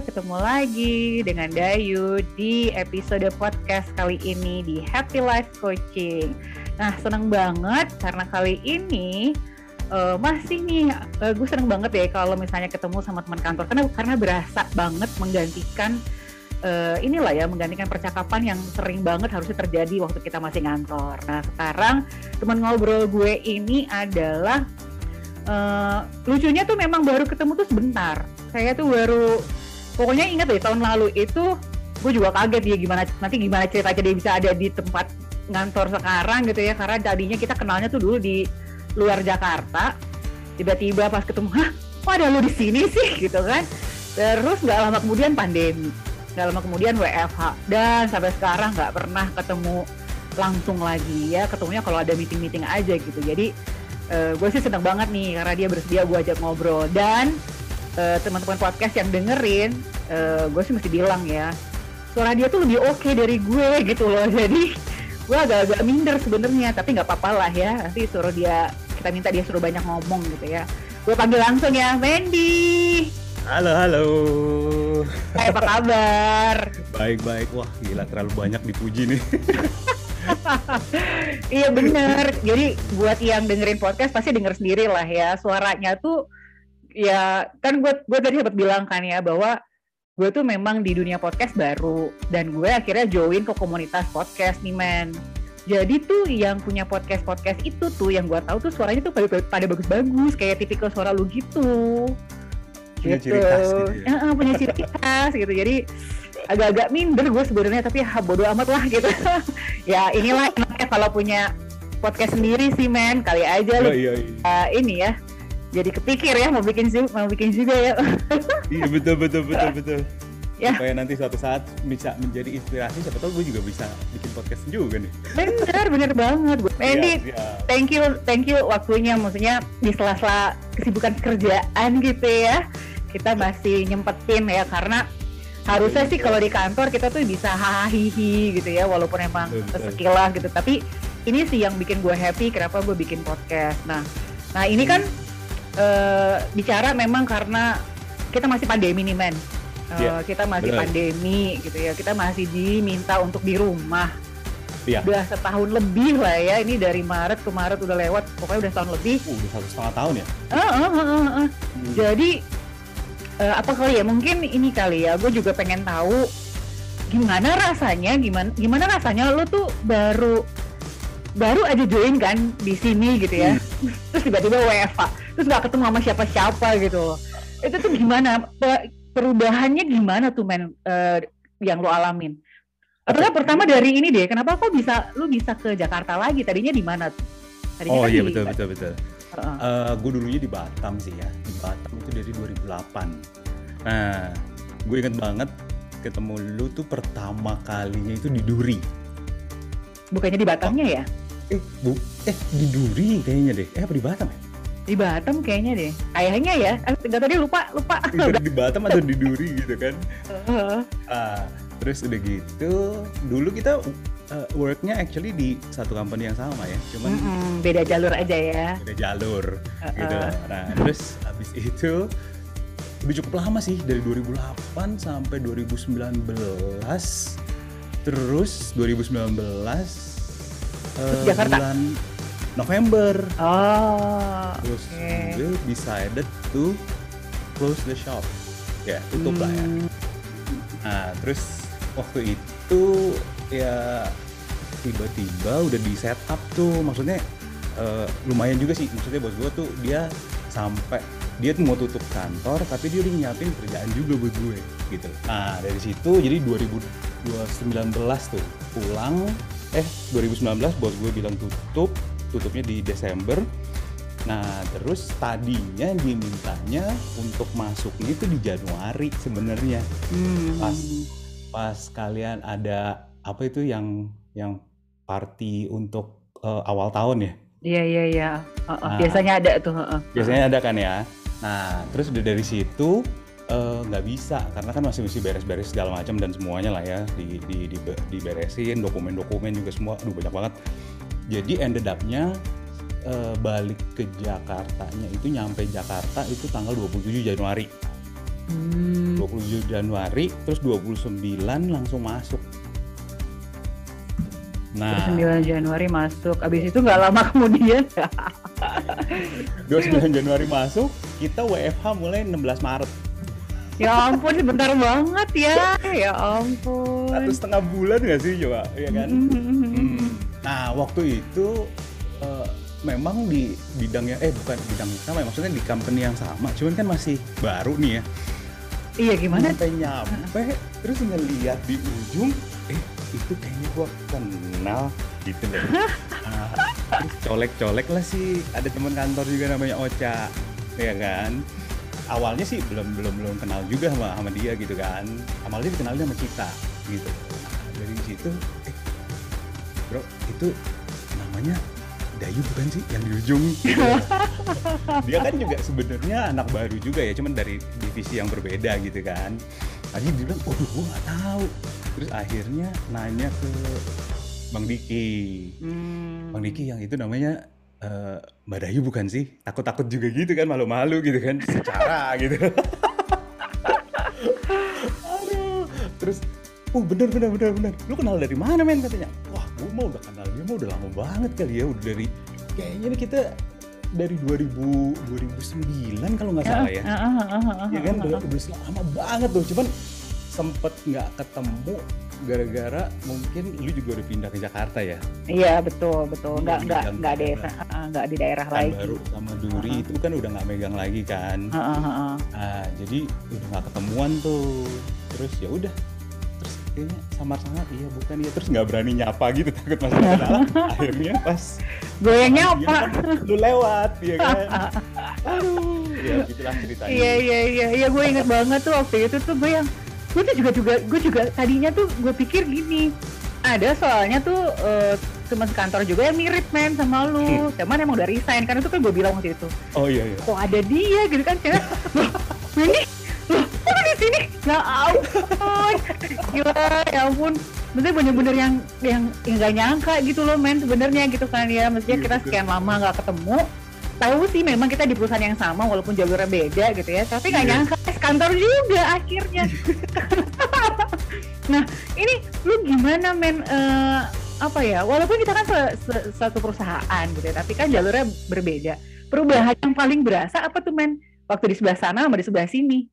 ketemu lagi dengan Dayu di episode podcast kali ini di Happy Life Coaching. Nah, seneng banget karena kali ini gue seneng banget ya kalau misalnya ketemu sama teman kantor karena berasa banget menggantikan menggantikan percakapan yang sering banget harusnya terjadi waktu kita masih ngantor. Nah, sekarang teman ngobrol gue ini adalah lucunya tuh memang baru ketemu tuh sebentar. Saya tuh pokoknya ingat deh tahun lalu itu gue juga kaget ya gimana ceritanya dia bisa ada di tempat ngantor sekarang gitu ya, karena tadinya kita kenalnya tuh dulu di luar Jakarta. Tiba-tiba pas ketemu, kok ada lu di sini sih gitu kan. Terus nggak lama kemudian pandemi, nggak lama kemudian WFH, dan sampai sekarang nggak pernah ketemu langsung lagi ya. Ketemunya kalau ada meeting aja gitu. Jadi gue sih seneng banget nih karena dia bersedia gue ajak ngobrol. Dan teman-teman podcast yang dengerin, gue sih mesti bilang ya, suara dia tuh lebih oke dari gue gitu loh. Jadi gue agak-agak minder sebenarnya, tapi nggak apa-apa lah ya. Nanti kita minta dia suruh banyak ngomong gitu ya. Gue panggil langsung ya, Mendy. Halo. Hai, apa kabar? Baik. Wah, gila terlalu banyak dipuji nih. Iya bener. Jadi buat yang dengerin podcast pasti denger sendiri lah ya. Suaranya tuh ya kan gue tadi sempat bilang kan ya bahwa gue tuh memang di dunia podcast baru, dan gue akhirnya join ke komunitas podcast nih men. Jadi tuh yang punya podcast itu tuh yang gue tahu tuh suaranya tuh pada bagus-bagus kayak tipikal suara lu gitu. Punya ciri khas gitu ya. Punya ciri khas gitu. Jadi agak-agak minder gue sebenarnya, tapi bodo amat lah gitu. Ya inilah enaknya kalau punya podcast sendiri sih men, kali aja lu ini ya. Jadi kepikir ya mau bikin juga ya. Iya betul. Ya. Supaya nanti suatu saat bisa menjadi inspirasi, siapa tahu gue juga bisa bikin podcast juga nih. Bener banget gue. Mendy, thank you waktunya, maksudnya di sela-sela kesibukan kerjaan gitu ya. Kita masih nyempetin ya, karena harusnya sih kalau di kantor kita tuh bisa hahihi gitu ya, walaupun emang sekilas gitu. Tapi ini sih yang bikin gue happy, kenapa gue bikin podcast. Nah ini kan bicara memang karena kita masih pandemi nih men. Kita masih pandemi gitu ya, kita masih diminta untuk di rumah. Udah setahun lebih lah ya, ini dari Maret ke Maret udah lewat, pokoknya udah setahun lebih. Udah 1,5 tahun ya? Jadi apa kali ya, mungkin ini kali ya, gue juga pengen tahu gimana rasanya lo tuh baru aja join kan di sini gitu ya. Terus tiba-tiba WFH, terus gak ketemu sama siapa-siapa gitu. Itu tuh gimana? Perubahannya gimana tuh men, yang lo alamin? Atau pertama dari ini deh, kenapa lu bisa ke Jakarta lagi? Tadinya di mana tuh? Iya betul. Gue dulunya di Batam sih ya. Di Batam itu dari 2008. Nah, gue inget banget ketemu lu tuh pertama kalinya itu di Duri. Bukannya di Batamnya ya? Di Duri kayaknya deh. Apa di Batam ya? Di Batam kayaknya deh. Kayaknya ya. Enggak, tadi lupa. Di Batam atau di Duri gitu kan. Terus udah gitu, dulu kita worknya actually di satu company yang sama ya, cuman beda jalur aja ya. Beda jalur gitu. Nah terus habis itu udah cukup lama sih, dari 2008 sampai 2019. Terus 2019 Jakarta. bulan November. Terus okay. We decided to close the shop. Ya, tutup lah ya. Nah, terus waktu itu ya tiba-tiba udah di setup tuh, maksudnya lumayan juga sih, maksudnya bos gue tuh dia tuh mau tutup kantor tapi dia udah nyiapin kerjaan juga buat gue gitu. Nah dari situ jadi 2019 tuh pulang, 2019 bos gue bilang tutupnya di Desember. Nah terus tadinya dimintanya untuk masuknya itu di Januari sebenarnya. Pas kalian ada apa itu yang party untuk awal tahun ya? Iya. Biasanya ada tuh. Biasanya ada kan ya. Nah terus udah dari situ nggak bisa karena kan masih beres-beres segala macam dan semuanya lah ya diberesin, dokumen juga semua, banyak banget. Jadi ended up-nya balik ke Jakartanya itu nyampe Jakarta itu tanggal 27 Januari. Hmm. 27 Januari, terus 29 langsung masuk. Nah, 9 Januari masuk, abis itu nggak lama kemudian 29 Januari masuk, kita WFH mulai 16 Maret. ya ampun sebentar banget ya ampun. 1,5 bulan nggak sih coba, ya kan? Nah, waktu itu memang di bidangnya, bukan bidang yang sama, maksudnya di company yang sama, cuman kan masih baru nih ya. Iya gimana? Sampai nyampe, terus ngeliat di ujung, itu kayaknya gua kenal gitu loh. Terus colek-colek lah sih, ada teman kantor juga namanya Ocha, ya kan. Awalnya sih belum kenal juga sama dia gitu kan. Awalnya dikenalnya sama Cita gitu. Nah, dari situ, bro itu namanya Dayu bukan sih yang di ujung? Gitu. Dia kan juga sebenarnya anak baru juga ya, cuman dari divisi yang berbeda gitu kan. Tadi dia bilang, waduh gua nggak tahu. Terus akhirnya nanya ke Bang Diki. Bang Diki yang itu namanya Mbak Dayu bukan sih? Takut-takut juga gitu kan, malu-malu gitu kan, secara gitu. Aduh. Terus, bener. Lu kenal dari mana men katanya? Wah, gue mah udah kenal dia mah udah lama banget kali ya. Udah dari, kayaknya nih kita dari 2009 kalau nggak salah ya. Ya kan, udah lama banget tuh. Cuman sempet nggak ketemu gara-gara mungkin lu juga udah pindah ke Jakarta ya. Iya betul nggak di daerah kan lagi. Baru sama Duri itu kan udah nggak megang lagi kan. Nah, jadi udah nggak ketemuan tuh. Terus ya udah, terus kayaknya samar-samar iya bukan ya, terus nggak berani nyapa gitu takut masalah kenalan. Akhirnya pas goyang nyapa lu lewat ya kan. Aduh, ya gitulah ceritanya. Iya gue inget banget tuh waktu itu tuh gue juga tadinya tuh gue pikir gini, ada soalnya tuh teman kantor juga yang mirip men sama lu, cuman emang udah resign kan, itu kan gue bilang waktu itu. Oh iya. Kok ada dia gitu kan, kayak loh kok di sini? Ya ampun, gila ya ampun. Maksudnya bener-bener yang nggak nyangka gitu loh men sebenarnya gitu kan ya, maksudnya kita sekian lama nggak ketemu. Tahu sih memang kita di perusahaan yang sama walaupun jalurnya beda gitu ya, tapi nggak nyangka kantor juga akhirnya. Nah ini lu gimana men, apa ya, walaupun kita kan satu perusahaan gitu ya, tapi kan jalurnya berbeda. Perubahan yang paling berasa apa tuh men, waktu di sebelah sana sama di sebelah sini?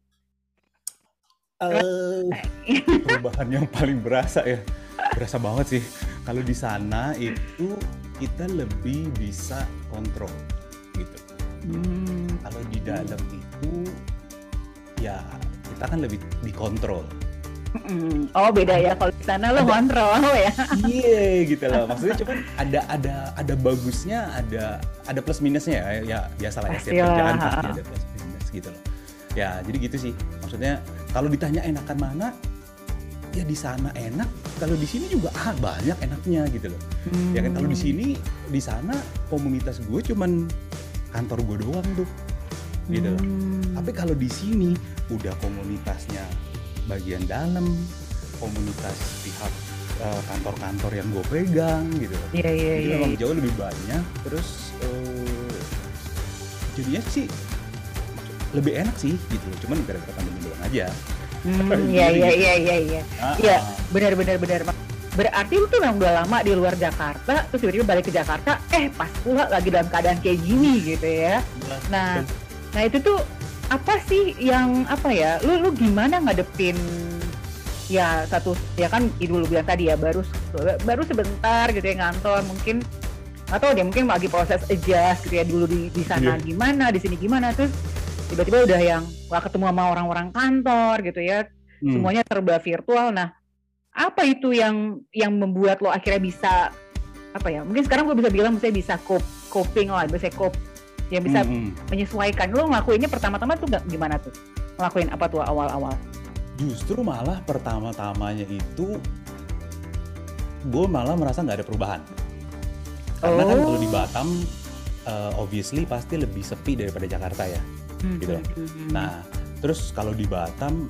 Perubahan yang paling berasa ya, berasa banget sih. Kalau di sana itu kita lebih bisa kontrol gitu. Kalau di dalam itu ya kita kan lebih dikontrol. Oh beda ya, kalau di sana lo kontrol ya. Iya gitu loh. Maksudnya cuman ada bagusnya, ada plus minusnya ya biasa lah ya, setiap kerjaan pasti ada plus minus gitu loh. Ya jadi gitu sih. Maksudnya kalau ditanya enakan mana, ya di sana enak. Kalau di sini juga banyak enaknya gitu loh. Ya kan kalau di sana komunitas gue cuman kantor gue doang tuh, gitu loh. Tapi kalau di sini udah komunitasnya bagian dalam, komunitas pihak kantor-kantor yang gue pegang gitu loh. Jadi memang jauh lebih banyak. Terus jadinya sih lebih enak sih gitu loh. Cuman gara-gara pandemi doang aja. Iya, benar. Berarti lu tuh memang udah lama di luar Jakarta, terus tiba-tiba balik ke Jakarta, pas pula lagi dalam keadaan kayak gini gitu ya. Nah itu tuh apa sih yang apa ya? Lu gimana ngadepin ya kan Idul bilang tadi ya baru sebentar gitu ya ngantor, mungkin atau dia mungkin lagi proses adjust gitu ya, dulu di sana gimana, di sini gimana, terus tiba-tiba udah yang gak ketemu sama orang-orang kantor gitu ya, semuanya serba virtual. Nah apa itu yang membuat lo akhirnya bisa apa ya, mungkin sekarang gue bisa bilang misalnya bisa coping lah, bisa yang bisa menyesuaikan. Lo ngelakuinnya pertama-tama tuh gimana tuh, ngelakuin apa tuh awal-awal? Justru malah pertama-tamanya itu gue malah merasa nggak ada perubahan, karena kan kalau di Batam obviously pasti lebih sepi daripada Jakarta ya gitu loh. Nah terus kalau di Batam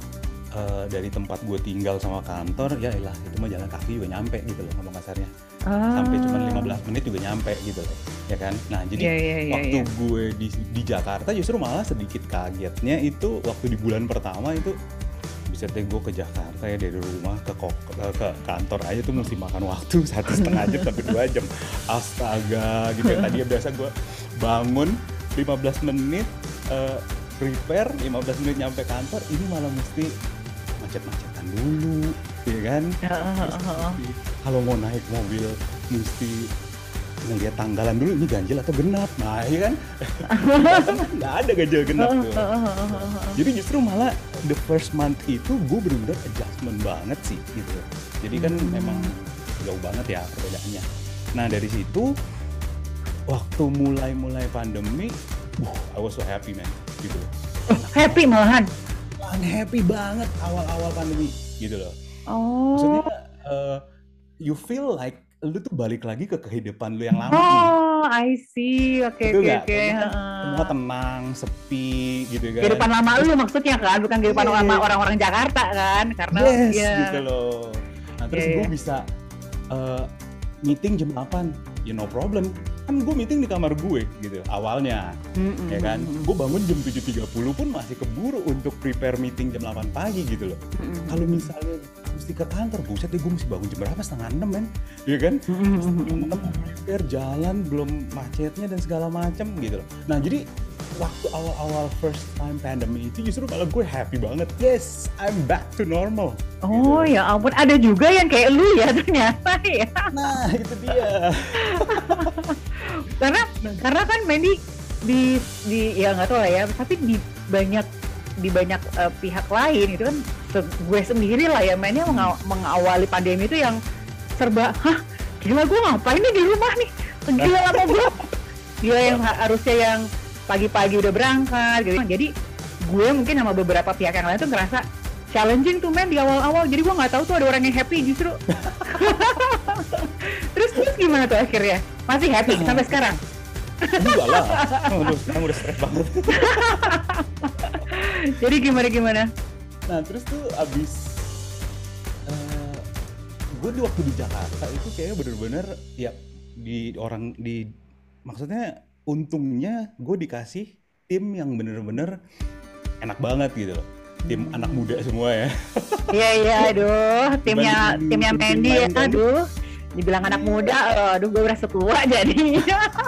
dari tempat gue tinggal sama kantor, ya elah itu mah jalan kaki juga nyampe gitu loh ngomong kasarnya. Sampai cuma 15 menit juga nyampe gitu loh, ya kan? Nah jadi waktu gue di Jakarta justru malah sedikit kagetnya itu waktu di bulan pertama itu, bisa deh gue ke Jakarta ya dari rumah ke kantor aja tuh mesti makan waktu 1,5 jam sampai 2 jam. Astaga gitu ya, tadi biasa gue bangun 15 menit, prepare 15 menit nyampe kantor, ini malah mesti macet-macetan dulu, ya kan? Kalau mau naik mobil mesti ngeliat tanggalan dulu, ini ganjil atau genap. Nah, ya kan? Nggak ada ganjil genap tuh. Jadi justru malah the first month itu gue bener-bener adjustment banget sih gitu. Jadi kan memang jauh banget ya perbedaannya. Nah dari situ waktu mulai pandemi, I was so happy man gitu loh. Happy malahan? Happy banget awal-awal pandemi gitu loh. Maksudnya you feel like lu tuh balik lagi ke kehidupan lu yang lama nih. I see. Oke. Semua tenang, sepi gitu kan. Kehidupan lama lu maksudnya kan, bukan kehidupan lama orang-orang Jakarta kan? Karena gitu loh. Nah terus gue bisa meeting jam 8, ya no problem. Kan gue meeting di kamar gue gitu awalnya, ya kan. Gue bangun jam 7.30 pun masih keburu untuk prepare meeting jam 8 pagi gitu loh. Kalau misalnya mesti ke kantor, buset deh gue mesti bangun jam berapa, 5:30 kan, ya kan. Prepare jalan, belum macetnya dan segala macam gitu loh. Nah jadi waktu awal-awal first time pandemi itu justru malah gue happy banget. Yes, I'm back to normal. Oh gitu. Ya ampun, ada juga yang kayak lu ya ternyata ya. Nah itu dia. karena kan Mandy di ya nggak tahu lah ya, tapi di banyak pihak lain itu kan, gue sendiri lah ya mainnya mengawali pandemi itu yang serba, gila gue ngapain nih di rumah nih, gila lama gue, gila yang harusnya yang pagi-pagi udah berangkat gitu. Jadi gue mungkin sama beberapa pihak yang lain tuh ngerasa challenging tuh men di awal-awal, jadi gue nggak tahu tuh ada orang yang happy justru. terus gimana tuh akhirnya? Masih happy sampai sekarang? Enggak lah, sekarang udah stres banget. Jadi gimana? Nah terus tuh abis gue waktu di Jakarta itu kayaknya bener-bener ya maksudnya untungnya gue dikasih tim yang bener-bener enak banget gitu loh. Tim anak muda semua ya. Iya, aduh, timnya Mandy ya, aduh, dibilang anak muda, aduh gue berasa tua jadi.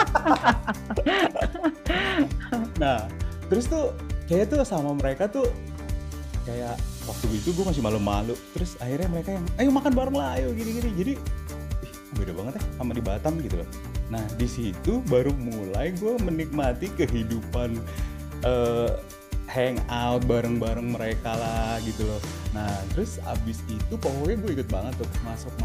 Nah, terus tuh kayak tuh sama mereka tuh kayak waktu itu gue masih malu-malu, terus akhirnya mereka yang, ayo makan bareng lah, ayo gini-gini, jadi beda banget ya sama di Batam gitu loh. Nah di situ baru mulai gue menikmati kehidupan hangout bareng-bareng mereka lah gitu loh. Nah terus abis itu pokoknya gue ikut banget tuh masuk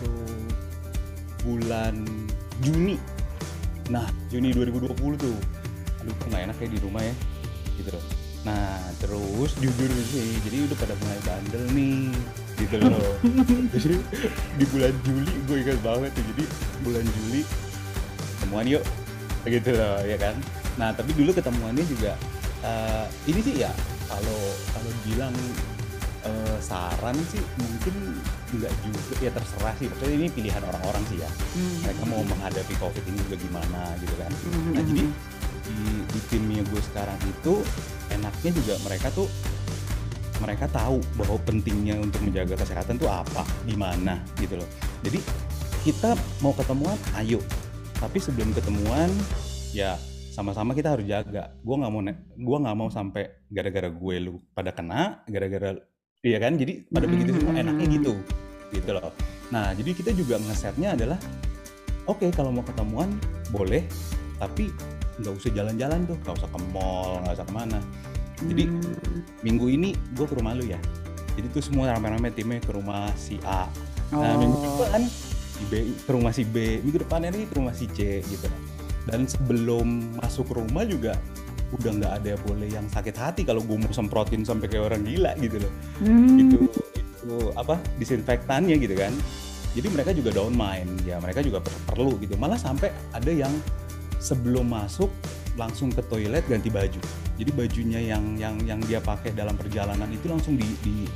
bulan Juni. Nah Juni 2020 tuh, aduh kok gak enak kayak di rumah ya gitu loh. Nah terus jujur sih, jadi udah pada mulai bandel nih gitu loh. Jadi di bulan Juli gue ingat banget tuh, jadi bulan Juli ketemuan yuk gitu loh ya kan. Nah tapi dulu ketemuannya juga ini sih ya, kalau bilang saran sih mungkin enggak juga ya, terserah sih, maksudnya ini pilihan orang-orang sih ya. Mereka mau menghadapi COVID ini juga gimana gitu kan. Nah jadi di timnya gue sekarang itu enaknya juga mereka tahu bahwa pentingnya untuk menjaga kesehatan tuh apa, gimana gitu loh. Jadi kita mau ketemuan, ayo. Tapi sebelum ketemuan ya sama-sama kita harus jaga. Gue nggak mau sampai gara-gara gue lu pada kena, gara-gara iya kan. Jadi pada begitu semua enaknya gitu loh. Nah jadi kita juga ngesetnya adalah oke, kalau mau ketemuan boleh, tapi nggak usah jalan-jalan tuh, nggak usah ke mall, nggak usah kemana. Jadi minggu ini gue ke rumah lu ya. Jadi tuh semua rame-rame timnya ke rumah si A. Nah minggu depan si B ke rumah si B, minggu depannya nih ke rumah si C gitu. Dan sebelum masuk rumah juga udah nggak ada boleh yang sakit hati kalau gue mau semprotin sampai kayak orang gila gitu loh. Itu apa disinfektannya gitu kan. Jadi mereka juga don't mind ya, mereka juga perlu gitu. Malah sampai ada yang sebelum masuk langsung ke toilet ganti baju. Jadi bajunya yang dia pakai dalam perjalanan itu langsung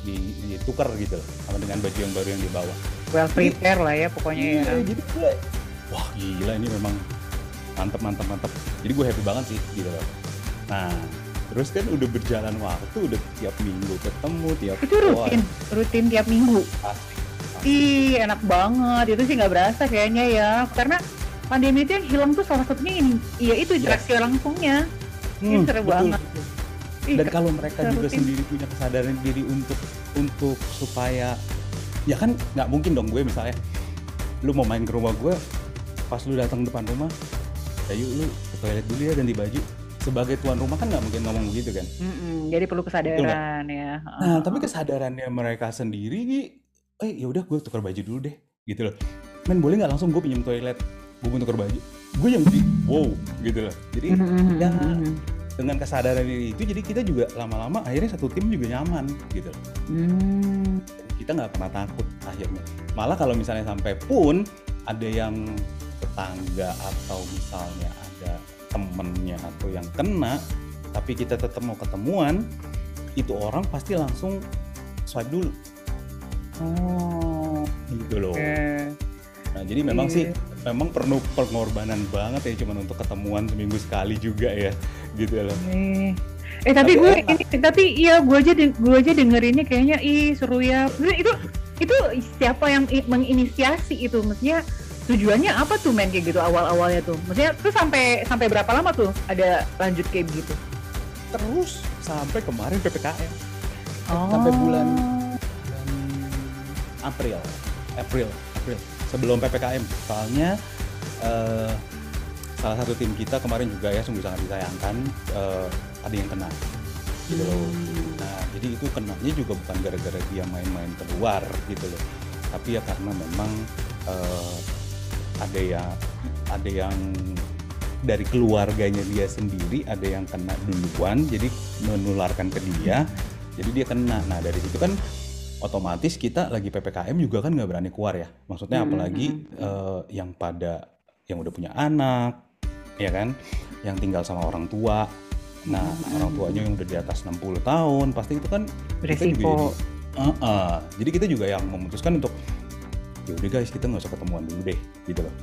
ditukar gitu loh sama dengan baju yang baru yang dibawa. Well prepare lah ya pokoknya ya. Iya, jadi gue wah gila ini memang mantep. Jadi gue happy banget sih gitu loh. Nah terus kan udah berjalan waktu, udah tiap minggu ketemu tiap Itu rutin tiap minggu. pasti. Ih, enak banget. Itu sih nggak berasa kayaknya ya. Karena pandemi itu yang hilang tuh salah satunya ini. Iya, itu interaksi langsungnya. Ini seru Betul. banget. Ih, Dan kalau mereka juga rutin. sendiri punya kesadaran diri untuk supaya ya kan nggak mungkin dong gue misalnya lu mau main ke rumah gue pas lu datang depan rumah ya yuk lu ke toilet dulu ya ganti baju, sebagai tuan rumah kan nggak mungkin ngomong begitu kan. Jadi perlu kesadaran ya. Nah tapi kesadarannya mereka sendiri ya udah gue tukar baju dulu deh gitu loh, men boleh nggak langsung gue pinjam toilet, gue mau tukar baju, gue yang jadi wow gitu loh. Jadi ya dengan kesadaran diri itu jadi kita juga lama-lama akhirnya satu tim juga nyaman gitu loh. Kita nggak pernah takut akhirnya. Malah kalau misalnya sampai pun ada yang tetangga atau misalnya ada temennya atau yang kena, tapi kita tetap mau ketemuan, itu orang pasti langsung swipe dulu. Gitu loh. Nah jadi memang sih memang perlu pengorbanan banget ya cuman untuk ketemuan seminggu sekali juga ya gitu loh. Tapi gue aja dengerinnya kayaknya seru ya. Itu siapa yang menginisiasi itu? Maksudnya tujuannya apa tuh men kayak gitu awal-awalnya tuh? Maksudnya tuh sampai berapa lama tuh ada lanjut kayak gitu? Terus sampai kemarin PPKM. Sampai bulan April sebelum PPKM. Soalnya salah satu tim kita kemarin juga ya sungguh sangat disayangkan ada yang kena gitu loh. Nah jadi itu kenanya juga bukan gara-gara dia main-main keluar gitu loh, tapi ya karena memang ada yang dari keluarganya dia sendiri ada yang kena duluan, jadi menularkan ke dia, jadi dia kena. Nah dari situ kan otomatis kita lagi PPKM juga kan nggak berani keluar ya, maksudnya apalagi yang udah punya anak ya kan, yang tinggal sama orang tua. Nah orang tuanya yang udah di atas 60 tahun pasti itu kan beresiko. Jadi kita juga yang memutuskan untuk ya udah guys kita nggak usah ketemuan dulu deh gitu loh.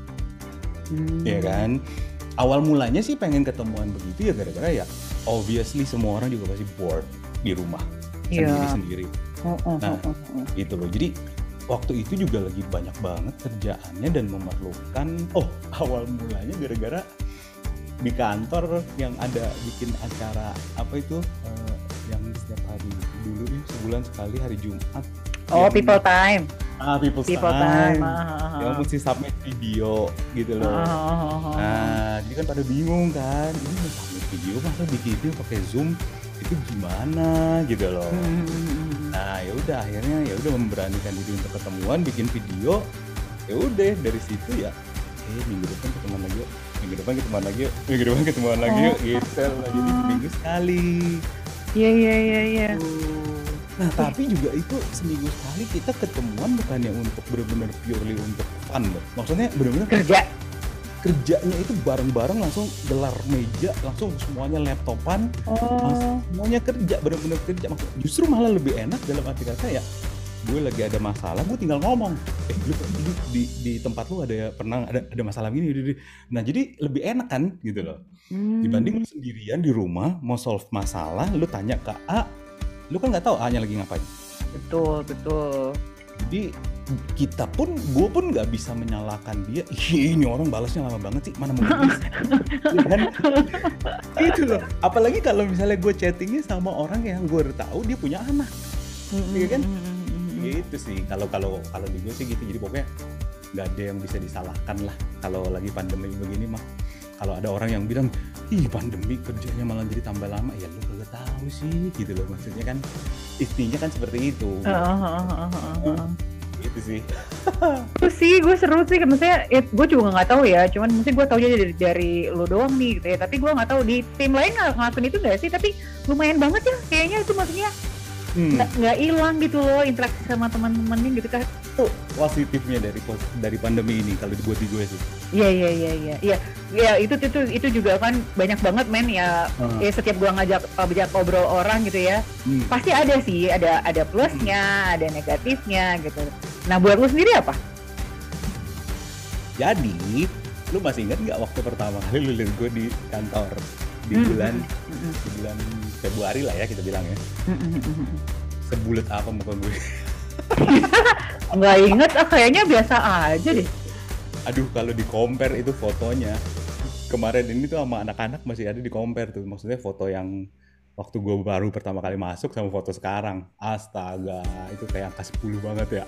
Ya kan awal mulanya sih pengen ketemuan begitu ya gara-gara ya obviously semua orang juga pasti bored di rumah sendiri-sendiri. Nah itu loh, jadi waktu itu juga lagi banyak banget kerjaannya dan memerlukan awal mulanya gara-gara di kantor yang ada bikin acara apa itu yang setiap hari dulu sebulan sekali hari Jumat. People Time. People Time. Yang mesti submit video gitu loh. Nah, jadi kan pada bingung kan, ini mau submit video masa bikin pakai Zoom itu gimana gitu loh. Nah, ya udah akhirnya ya udah memberanikan diri untuk ketemuan, bikin video. Ya udah dari situ ya minggu depan ketemuan lagi yuk. Minggu depan ketemuan lagi yuk gitu loh. Jadi seminggu sekali. Iya. Nah tapi juga itu seminggu sekali kita ketemuan bukannya untuk benar-benar purely untuk fun loh. Maksudnya benar-benar kerjanya itu bareng-bareng langsung gelar meja, langsung semuanya laptopan, semuanya kerja, benar-benar kerja. Justru malah lebih enak dalam arti kata ya, gue lagi ada masalah, gue tinggal ngomong. Lu di tempat lu pernah ada masalah gini. Nah jadi lebih enak kan gitu loh. Dibanding lu sendirian di rumah mau solve masalah, lu tanya ke A, lu kan nggak tahu A-nya lagi ngapain. Betul. Jadi gue pun nggak bisa menyalahkan dia. Ini orang balasnya lama banget sih, mana mungkin bisa. Kan? Itu loh. Apalagi kalau misalnya gue chattingnya sama orang yang gue tahu dia punya anak, iya kan? Gitu sih. Kalau di gue sih gitu. Jadi pokoknya nggak ada yang bisa disalahkan lah. Kalau lagi pandemi begini mah. Kalau ada orang yang bilang, pandemi kerjanya malah jadi tambah lama, ya lu kagak tahu sih, gitu loh. Maksudnya kan, istrinya kan seperti itu. Gitu sih. Terus sih, gue seru sih, maksudnya gue juga nggak tahu ya, cuman mungkin gue taunya dari lo doang nih, gitu ya. Tapi gue nggak tahu di tim lain ngelakuin itu nggak sih, tapi lumayan banget ya, kayaknya itu maksudnya nggak hilang gitu loh interaksi sama teman-temannya gitu kan. Tuh positifnya dari pandemi ini kalau buat di gue sih. Iya, itu juga kan banyak banget men ya. Setiap gua ngajak ngobrol orang gitu ya, pasti ada sih, ada plusnya, ada negatifnya gitu. Nah buat lu sendiri apa? Jadi lu masih ingat nggak waktu pertama kali lu lihat gue di kantor di bulan Februari lah ya kita bilang ya. Sebulet apa muka gue? Nggak inget, kayaknya biasa aja deh. Aduh, kalau di compare itu fotonya kemarin ini tuh sama anak-anak masih ada di compare tuh. Maksudnya foto yang waktu gue baru pertama kali masuk sama foto sekarang. Astaga, itu kayak angka 10 banget ya.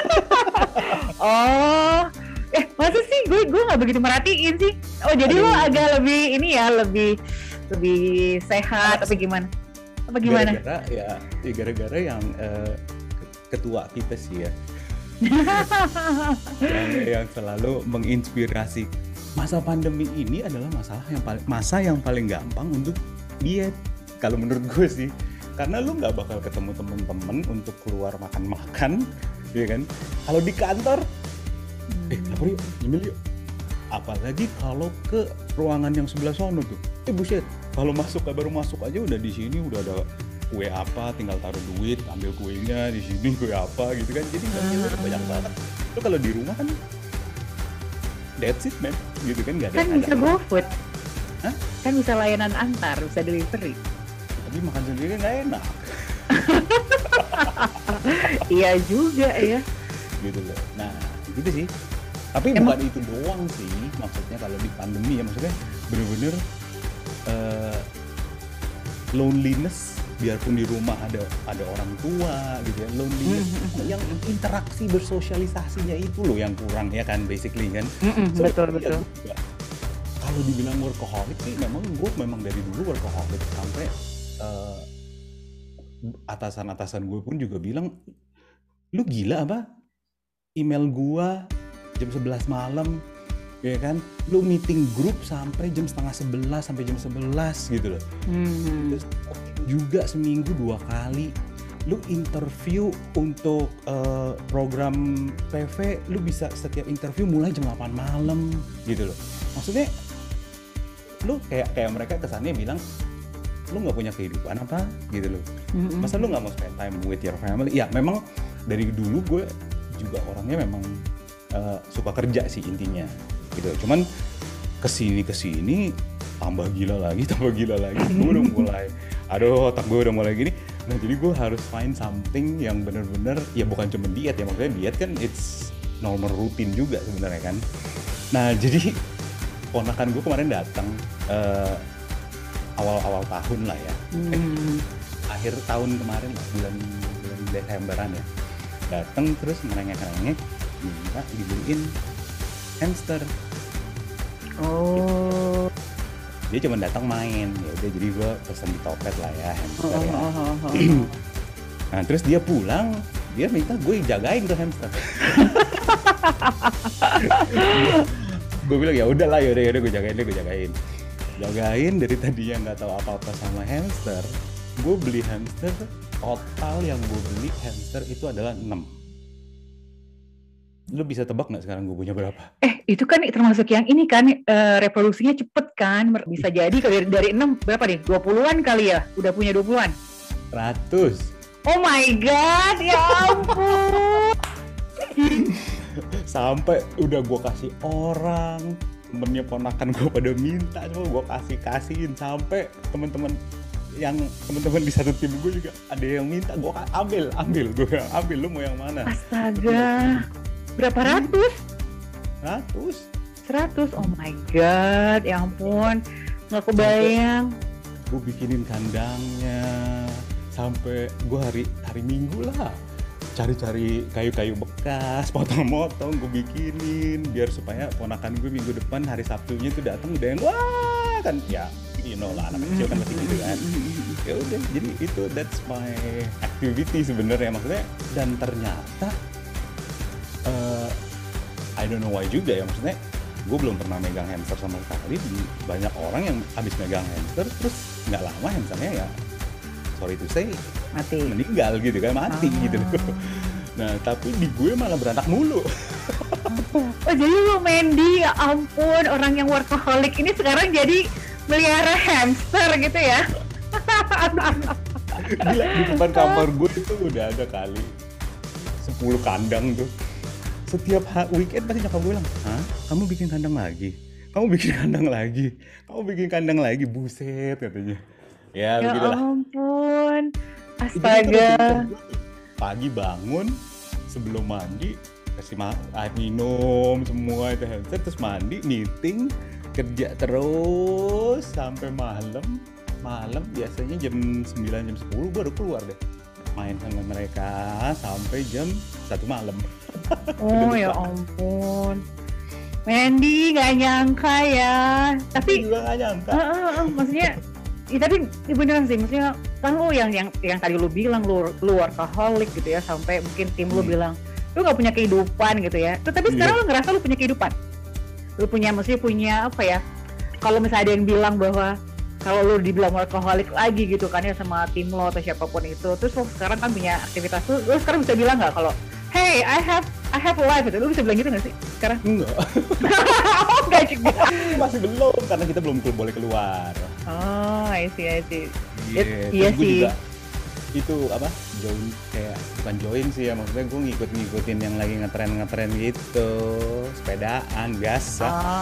Oh, masa sih gue nggak begitu merhatiin sih. Oh, jadi lo agak lebih ini ya, lebih sehat apa gimana? Gara-gara yang ketua kita sih ya. yang selalu menginspirasi. Masa pandemi ini adalah masa yang paling gampang untuk diet kalau menurut gue sih, karena lu nggak bakal ketemu temen-temen untuk keluar makan-makan, ya kan? Kalau di kantor, lapor yuk, nyemil yuk. Apalagi kalau ke ruangan yang sebelah sono tuh, buset, kalau baru masuk aja udah di sini udah ada kue apa, tinggal taruh duit, ambil kuenya di sini, kue apa gitu kan. Jadi banyak banget. Lu kalau di rumah kan that's it man, gitu kan, nggak ada. Kan bisa GoFood. Hah? Kan bisa layanan antar, bisa delivery. Tapi makan sendiri nggak enak. Iya juga ya. Gitu loh. Nah, gitu sih. Tapi bukan itu doang sih, maksudnya kalau di pandemi ya, maksudnya bener-bener loneliness. Biarpun di rumah ada orang tua gitu ya, loneliness, yang interaksi bersosialisasinya itu loh yang kurang ya kan, basically kan. Betul. Ya, kalau dibilang workaholic sih, gue memang dari dulu workaholic, sampai atasan gue pun juga bilang, lu gila apa? Email gue jam 11 malam, ya kan? Lu meeting grup sampai jam 10:30 sampai jam 11 gitu loh. Terus juga seminggu 2 kali. Lu interview untuk program PV, lu bisa setiap interview mulai jam 8 malam gitu loh. Maksudnya lu kayak mereka kesannya bilang, lu nggak punya kehidupan apa gitu loh. Masa lu nggak mau spend time with your family? Ya memang dari dulu gue juga orangnya memang suka kerja sih intinya gitu. Cuman kesini tambah gila lagi. Gue udah mulai, otak gue udah mulai gini. Nah jadi gue harus find something yang bener-bener, ya bukan cuma diet ya, maksudnya diet kan it's normal rutin juga sebenarnya kan. Nah jadi ponakan gue kemarin datang awal tahun lah ya, akhir tahun kemarin lah, bulan Desemberan ya, datang terus ngerengek minta dibeliin hamster. Oh. Dia cuma datang main, ya udah, jadi gue pesen di Tokped lah ya hamster ya. Nah terus dia pulang, dia minta gue jagain tuh hamster. Gue bilang ya udah gue jagain. Dari tadi yang nggak tahu apa-apa sama hamster, gue beli hamster, total yang gue beli hamster itu adalah 6. Lu bisa tebak nggak sekarang gue punya berapa? Itu kan termasuk yang ini kan, reproduksinya cepet kan, bisa jadi kalau dari 6 berapa nih? 20-an kali ya? Udah punya 20-an? 100. Oh my god, ya ampun. Sampai udah gue kasih orang, temennya ponakan gue pada minta, cuma gue kasihin, sampai teman-teman di satu tim gue juga ada yang minta, gue ambil, lu mau yang mana? Astaga, berapa ratus? 100, oh my god, ya ampun, nggak kebayang. Gue bikinin kandangnya, sampai gue hari Minggu lah cari-cari kayu-kayu bekas, potong-potong gue bikinin, biar supaya ponakan gue minggu depan hari Sabtunya tuh datang udah yang wah kan, ya you know lah, anak kecil kan pasti gitu kan. Ya udah, jadi itu that's my activity sebenarnya, maksudnya. Dan ternyata I don't know why juga ya, maksudnya gue belum pernah megang hamster sama sekali. Banyak orang yang habis megang hamster terus nggak lama hamsternya ya sorry to say Mati. meninggal gitu kan, mati gitu loh. Nah tapi di gue malah beranak mulu. Oh jadi lu Mandy, ya ampun, orang yang workaholic ini sekarang jadi melihara hamster gitu ya? Gila, di depan kamar gue itu udah ada kali 10 kandang tuh. Setiap weekend pasti nyokap gue bilang, hah? Kamu bikin kandang lagi? Kamu bikin kandang lagi? Kamu bikin kandang lagi? Buset katanya. Ya Ya begitulah. ampun, Itu astaga. pagi bangun sebelum mandi kasih air minum semua itu hamster, terus mandi, meeting, kerja terus sampai malam biasanya jam 9 jam 10 baru keluar deh main sama mereka sampai jam 1 malam. Oh ya ampun, Mandy nggak nyangka ya. Tapi juga gak nyangka. maksudnya, ya, tapi ya beneran sih, maksudnya kan lu yang tadi lu bilang lu workaholic gitu ya, sampai mungkin tim lu bilang lu nggak punya kehidupan gitu ya. Tapi sekarang lu ngerasa lu punya kehidupan. Lu maksudnya punya apa ya? Kalau misalnya ada yang bilang bahwa kalau lu dibilang workaholic lagi gitu kan ya sama tim lo atau siapapun itu, terus lu sekarang kan punya aktivitas lu sekarang bisa bilang nggak kalau hey I have a life gitu, lu bisa bilang gitu nggak sih sekarang? Enggak. Oh enggak juga. Masih belum karena kita belum boleh keluar. Oh I see. Yeah. Iya Gue sih. juga itu apa join, kayak bukan join sih ya, maksudnya gue ngikutin yang lagi ngetren gitu, sepedaan biasa.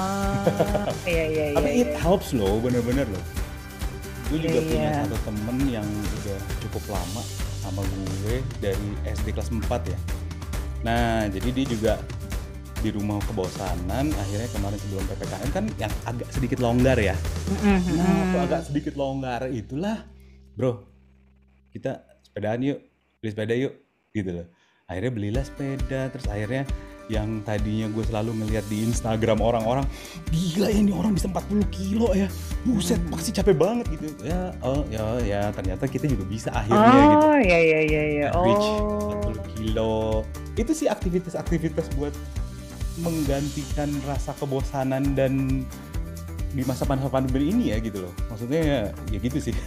Iya. Tapi it helps loh, bener-bener loh. Gue juga punya Iya. satu temen yang udah cukup lama sama gue dari SD kelas 4 ya. Nah jadi dia juga di rumah kebosanan, akhirnya kemarin sebelum PPKM kan yang agak sedikit longgar ya. Nah waktu agak sedikit longgar itulah bro, kita sepedaan yuk, beli sepeda yuk gitu loh. Akhirnya belilah sepeda, terus akhirnya yang tadinya gue selalu ngeliat di Instagram orang-orang, gila ya ini orang bisa 40 kilo ya, buset pasti capek banget gitu ya ternyata kita juga bisa akhirnya gitu. Oh iya. Reach 40 kilo itu sih aktivitas buat menggantikan rasa kebosanan dan di masa pandemi ini ya gitu loh, maksudnya ya gitu sih.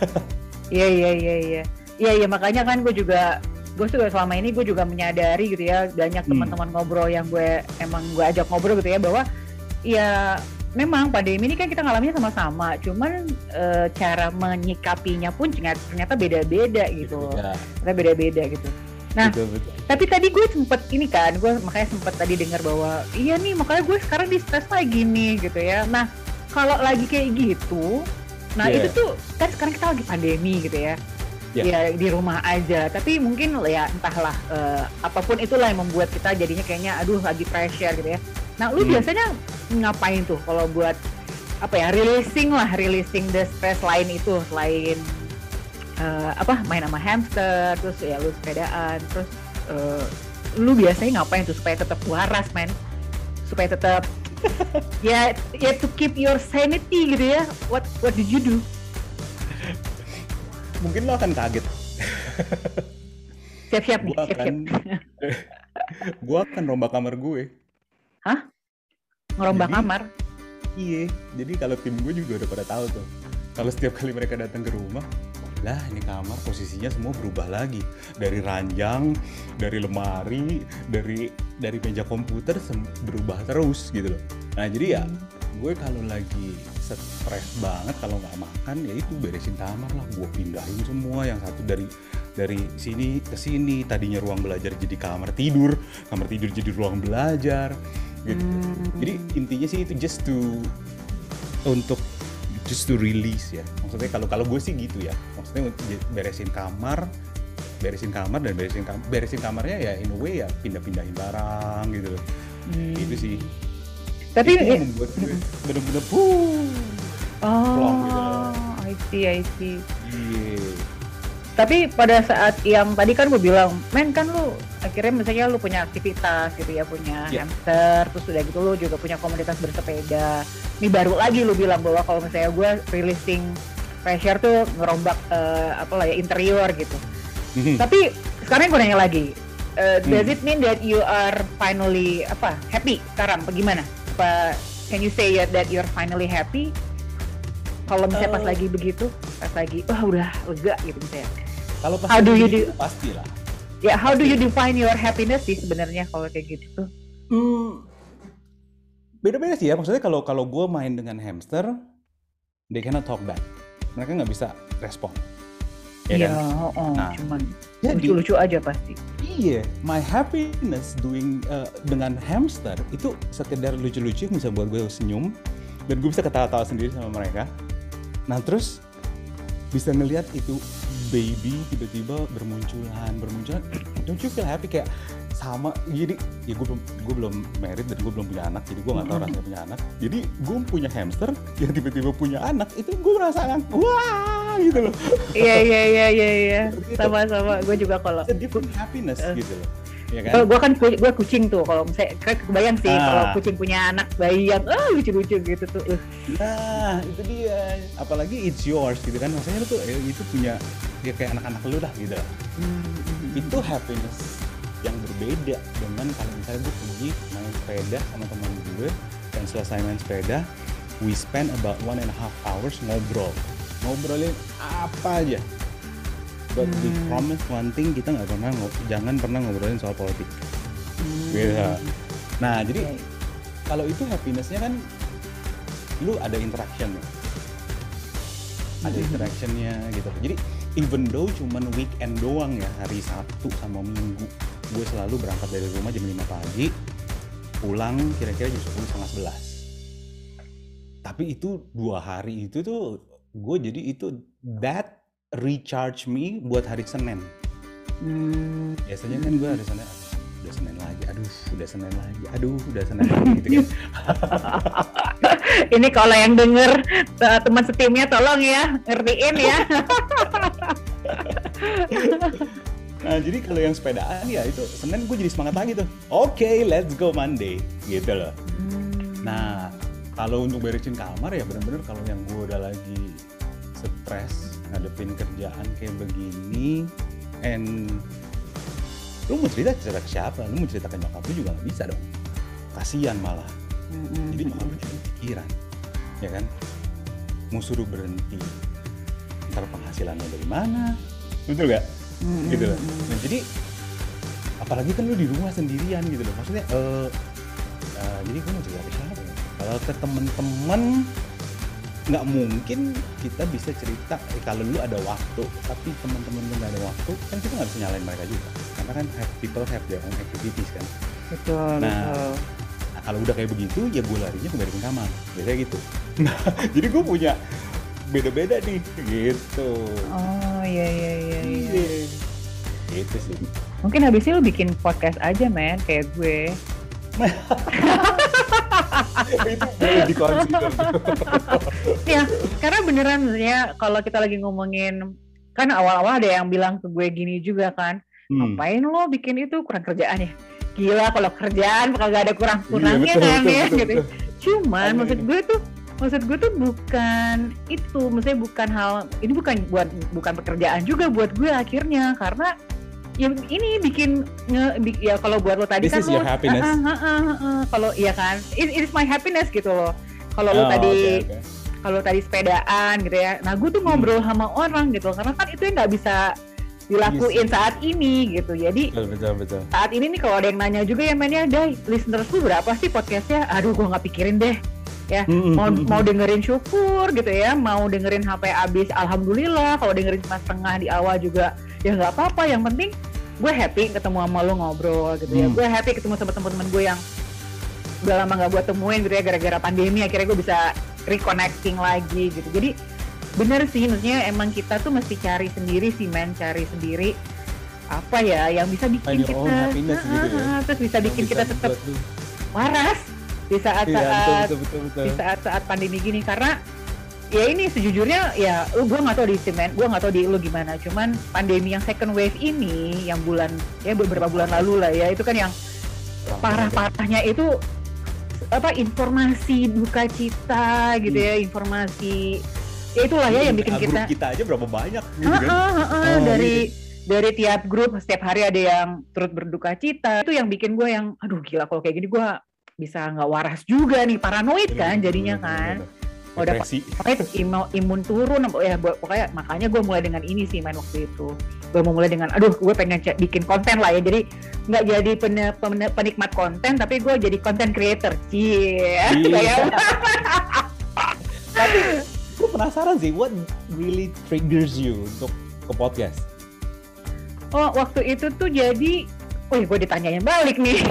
Iya makanya kan gue juga selama ini gue juga menyadari gitu ya, banyak teman-teman ngobrol yang gue ajak ngobrol gitu ya, bahwa ya memang pandemi ini kan kita ngalaminnya sama-sama, cuman cara menyikapinya pun ternyata beda-beda gitu. Ternyata beda-beda gitu. Nah, betul. tapi tadi gue makanya sempet tadi dengar bahwa iya nih makanya gue sekarang di stres lagi nih gitu ya. Nah, kalau lagi kayak gitu, itu tuh kan sekarang kita lagi pandemi gitu ya. Ya di rumah aja, tapi mungkin ya entahlah apapun itulah yang membuat kita jadinya kayaknya aduh lagi pressure gitu ya. Nah lu biasanya ngapain tuh kalau buat apa ya, releasing the stress lain itu, selain main sama hamster, terus ya lu sepedaan, terus lu biasanya ngapain tuh supaya tetap waras men, supaya tetap ya to keep your sanity gitu ya. What did you do? Mungkin lo akan kaget. Siap-siap nih, siap-siap. Gue akan rombak kamar gue. Hah? Ngerombak kamar? Iya, jadi kalau tim gue juga udah pada tahu tuh. Kalau setiap kali mereka datang ke rumah, lah ini kamar posisinya semua berubah lagi. Dari ranjang, dari lemari, dari meja komputer berubah terus gitu loh. Nah jadi ya gue kalau lagi stres banget, kalau nggak makan ya itu beresin kamar lah, gue pindahin semua yang satu dari sini ke sini. Tadinya ruang belajar jadi kamar tidur jadi ruang belajar gitu. Jadi intinya sih itu just to release ya, maksudnya kalau gue sih gitu ya, maksudnya beresin kamar dan beresin kamarnya ya in a way ya pindahin barang gitu loh. Itu sih. Tapi itu yang membuat gue bener-bener plong gitu loh. I see. Iya. Tapi pada saat yang tadi kan gue bilang, men kan lu akhirnya misalnya lu punya aktivitas gitu ya, punya hamster, terus udah gitu lu juga punya komunitas bersepeda. Ini baru lagi lu bilang bahwa kalau misalnya gue releasing pressure tuh ngerombak interior gitu. Tapi sekarang gue nanya lagi, does it mean that you are finally happy sekarang? Bagaimana? Can you say that you're finally happy? Kalau misalnya pas lagi begitu, pas lagi udah lega gitu misalnya. Kalau pas How do you gitu, pastilah. Ya, how do you define your happiness sih sebenarnya kalau kayak gitu tuh? Beda-beda sih ya. Maksudnya kalau gue main dengan hamster, they cannot talk back. Mereka nggak bisa respon. Ya Iya, kan? Nah, cuman jadi lucu-lucu aja pasti. iya, my happiness doing dengan hamster itu sekedar lucu-lucu yang bisa buat gue senyum dan gue bisa ketawa-tawa sendiri sama mereka. Nah terus bisa ngelihat itu baby tiba-tiba bermunculan. Don't you feel happy kayak sama? Jadi ya gue belum married dan gue belum punya anak, jadi gue nggak tahu rasanya punya anak. Jadi gue punya hamster yang tiba-tiba punya anak, itu gue merasakan wah gitu loh. Iya. Sama-sama. Gue juga kalau It's a different happiness gitu loh. Ya kan? Gue kucing tuh, kalau misalnya kebayang sih kalau kucing punya anak bayi yang lucu-lucu gitu tuh. Nah itu dia, apalagi it's yours gitu kan, maksudnya lu tuh itu punya ya kayak anak-anak lu lah gitu. Itu happiness yang berbeda dengan kalau misalnya gue pergi main sepeda sama teman gue dan selesai main sepeda, we spend about 1.5 hours ngobrolin apa aja. But we promise one thing, kita jangan pernah ngobrolin soal politik. Gitu. Nah jadi kalau itu happinessnya kan lu ada interaction, ada interactionnya gitu. Jadi even though cuman weekend doang ya, hari Sabtu sama Minggu, gue selalu berangkat dari rumah jam 5 pagi, pulang kira-kira jam 10, 11. Tapi itu 2 hari itu tuh gue jadi itu that recharge me buat hari Senin. Biasanya kan gue hari Senin, udah Senin lagi gitu kan. Ini kalau yang denger teman setimnya tolong ya ngertiin ya. Nah jadi kalau yang sepedaan ya itu Senin gue jadi semangat lagi tuh. Oke, let's go Monday gitu loh. Nah kalau untuk beresin kamar ya benar-benar kalau yang gue udah lagi stres ngadepin kerjaan kayak begini, and lu mau cerita ke siapa? Lu mau cerita ke nyokap lu juga nggak bisa dong, kasian malah. Jadi nyokap lu juga pikiran, ya kan? Mau suruh berhenti, ntar penghasilannya dari mana? Betul gak? Gitu loh. Nah jadi apalagi kan lu di rumah sendirian gitu loh. Maksudnya jadi gue mau cerita ke siapa ya? Kalau ke temen-temen nggak mungkin kita bisa cerita kalau lu ada waktu, tapi teman-teman lu nggak ada waktu, kan kita nggak bisa nyalain mereka juga, karena kan people have their own activities kan. Betul. Nah kalau udah kayak begitu ya gue larinya ke beresin kamar, biasanya gitu. Nah jadi gue punya beda-beda nih gitu. Oh iya. Gitu sih. Mungkin habis ini lu bikin podcast aja men, kayak gue. Itu boleh dikonsider. Ya, karena beneran maksudnya kalau kita lagi ngomongin, kan awal-awal ada yang bilang ke gue gini juga kan, ngapain lo bikin itu, kurang kerjaan ya? Gila, kalau kerjaan bakal gak ada kurang-kurangnya kan ya gitu. Cuman maksud gue tuh bukan itu, maksudnya bukan hal ini, bukan pekerjaan juga buat gue akhirnya, karena yang ini bikin ya kalau buat lo tadi this kan is your happiness. Kalau iya kan it is my happiness gitu loh. Kalau lo tadi kalau tadi sepedaan gitu ya, nah gue tuh ngobrol sama orang gitu, karena kan itu yang nggak bisa dilakuin saat ini gitu. Jadi betul. Saat ini nih kalau ada yang nanya juga ya mainnya, Day, listeners lu berapa sih podcastnya? Aduh gue nggak pikirin deh ya. Mau dengerin syukur gitu ya, mau dengerin HP abis alhamdulillah, kalau dengerin cuma setengah di awal juga ya nggak apa-apa, yang penting gue happy ketemu sama lo ngobrol gitu ya. Gue happy ketemu sama teman-teman gue yang udah lama nggak gue temuin gitu ya, gara-gara pandemi akhirnya gue bisa reconnecting lagi gitu. Jadi bener sih, maksudnya emang kita tuh mesti cari sendiri sih men, cari sendiri apa ya yang bisa bikin kita gitu ya. Terus bisa bikin kita tetap waras di saat-saat di saat-saat pandemi gini. Karena ya ini sejujurnya ya gue nggak tahu di Semen, gue nggak tahu di lu gimana, cuman pandemi yang second wave ini yang beberapa bulan lalu lah ya, itu kan yang parah-parahnya itu apa, informasi duka cita gitu ya, informasi ya itulah ya yang bikin kita aja berapa banyak gitu kan. Dari tiap grup setiap hari ada yang turut berduka cita, itu yang bikin gue yang aduh gila, kalau kayak gini gue bisa nggak waras juga nih, paranoid kan jadinya kan. udah depresi. pokoknya imun turun ya, pokoknya makanya gue mulai dengan ini sih main waktu itu. Gue mau mulai dengan gue pengen bikin konten lah ya, jadi nggak jadi penikmat konten tapi gue jadi content creator. Iya. Tapi gue penasaran sih, what really triggers you untuk ke podcast? Oh, waktu itu tuh jadi gue ditanyain balik nih.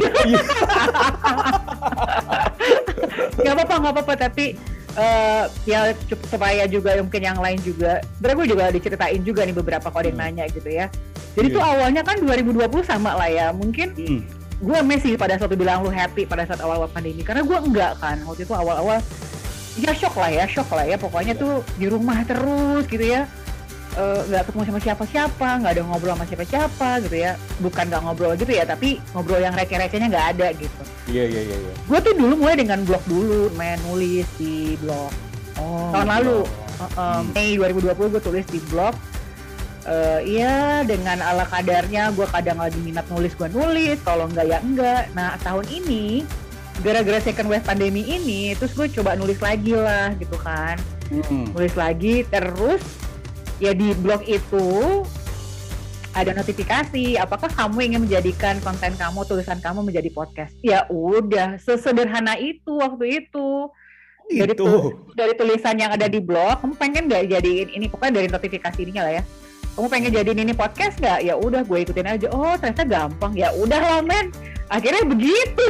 Nggak apa-apa, tapi ya supaya juga mungkin yang lain juga. Sebenarnya gue juga diceritain juga nih beberapa kalau ada yang nanya gitu ya. Jadi tuh awalnya kan 2020 sama lah ya. Mungkin gue masih pada saat bilang lu happy pada saat awal-awal pandemi. Karena gue enggak kan. Waktu itu awal-awal ya shock lah ya. Pokoknya tuh di rumah terus gitu ya. Nggak ketemu sama siapa-siapa, nggak ada ngobrol sama siapa-siapa gitu ya. Bukan nggak ngobrol gitu ya, tapi ngobrol yang receh-recehnya nggak ada gitu. Iya. Gue tuh dulu mulai dengan blog dulu, main nulis di blog. Tahun lalu, Mei 2020 gue tulis di blog. Iya, dengan ala kadarnya gue kadang lagi minat nulis, gue nulis. Kalau enggak ya enggak. Nah, tahun ini gara-gara second wave pandemi ini, terus gue coba nulis lagi lah gitu kan. Nulis lagi, terus ya di blog itu ada notifikasi, apakah kamu ingin menjadikan konten kamu, tulisan kamu menjadi podcast? Ya udah, sesederhana itu waktu itu. Dari tulisan yang ada di blog, kamu pengen nggak jadiin ini? Pokoknya dari notifikasi ininya lah ya. Kamu pengen jadiin ini podcast nggak? Ya udah, gue ikutin aja. Oh, ternyata gampang. Ya udah lah men. Akhirnya begitu.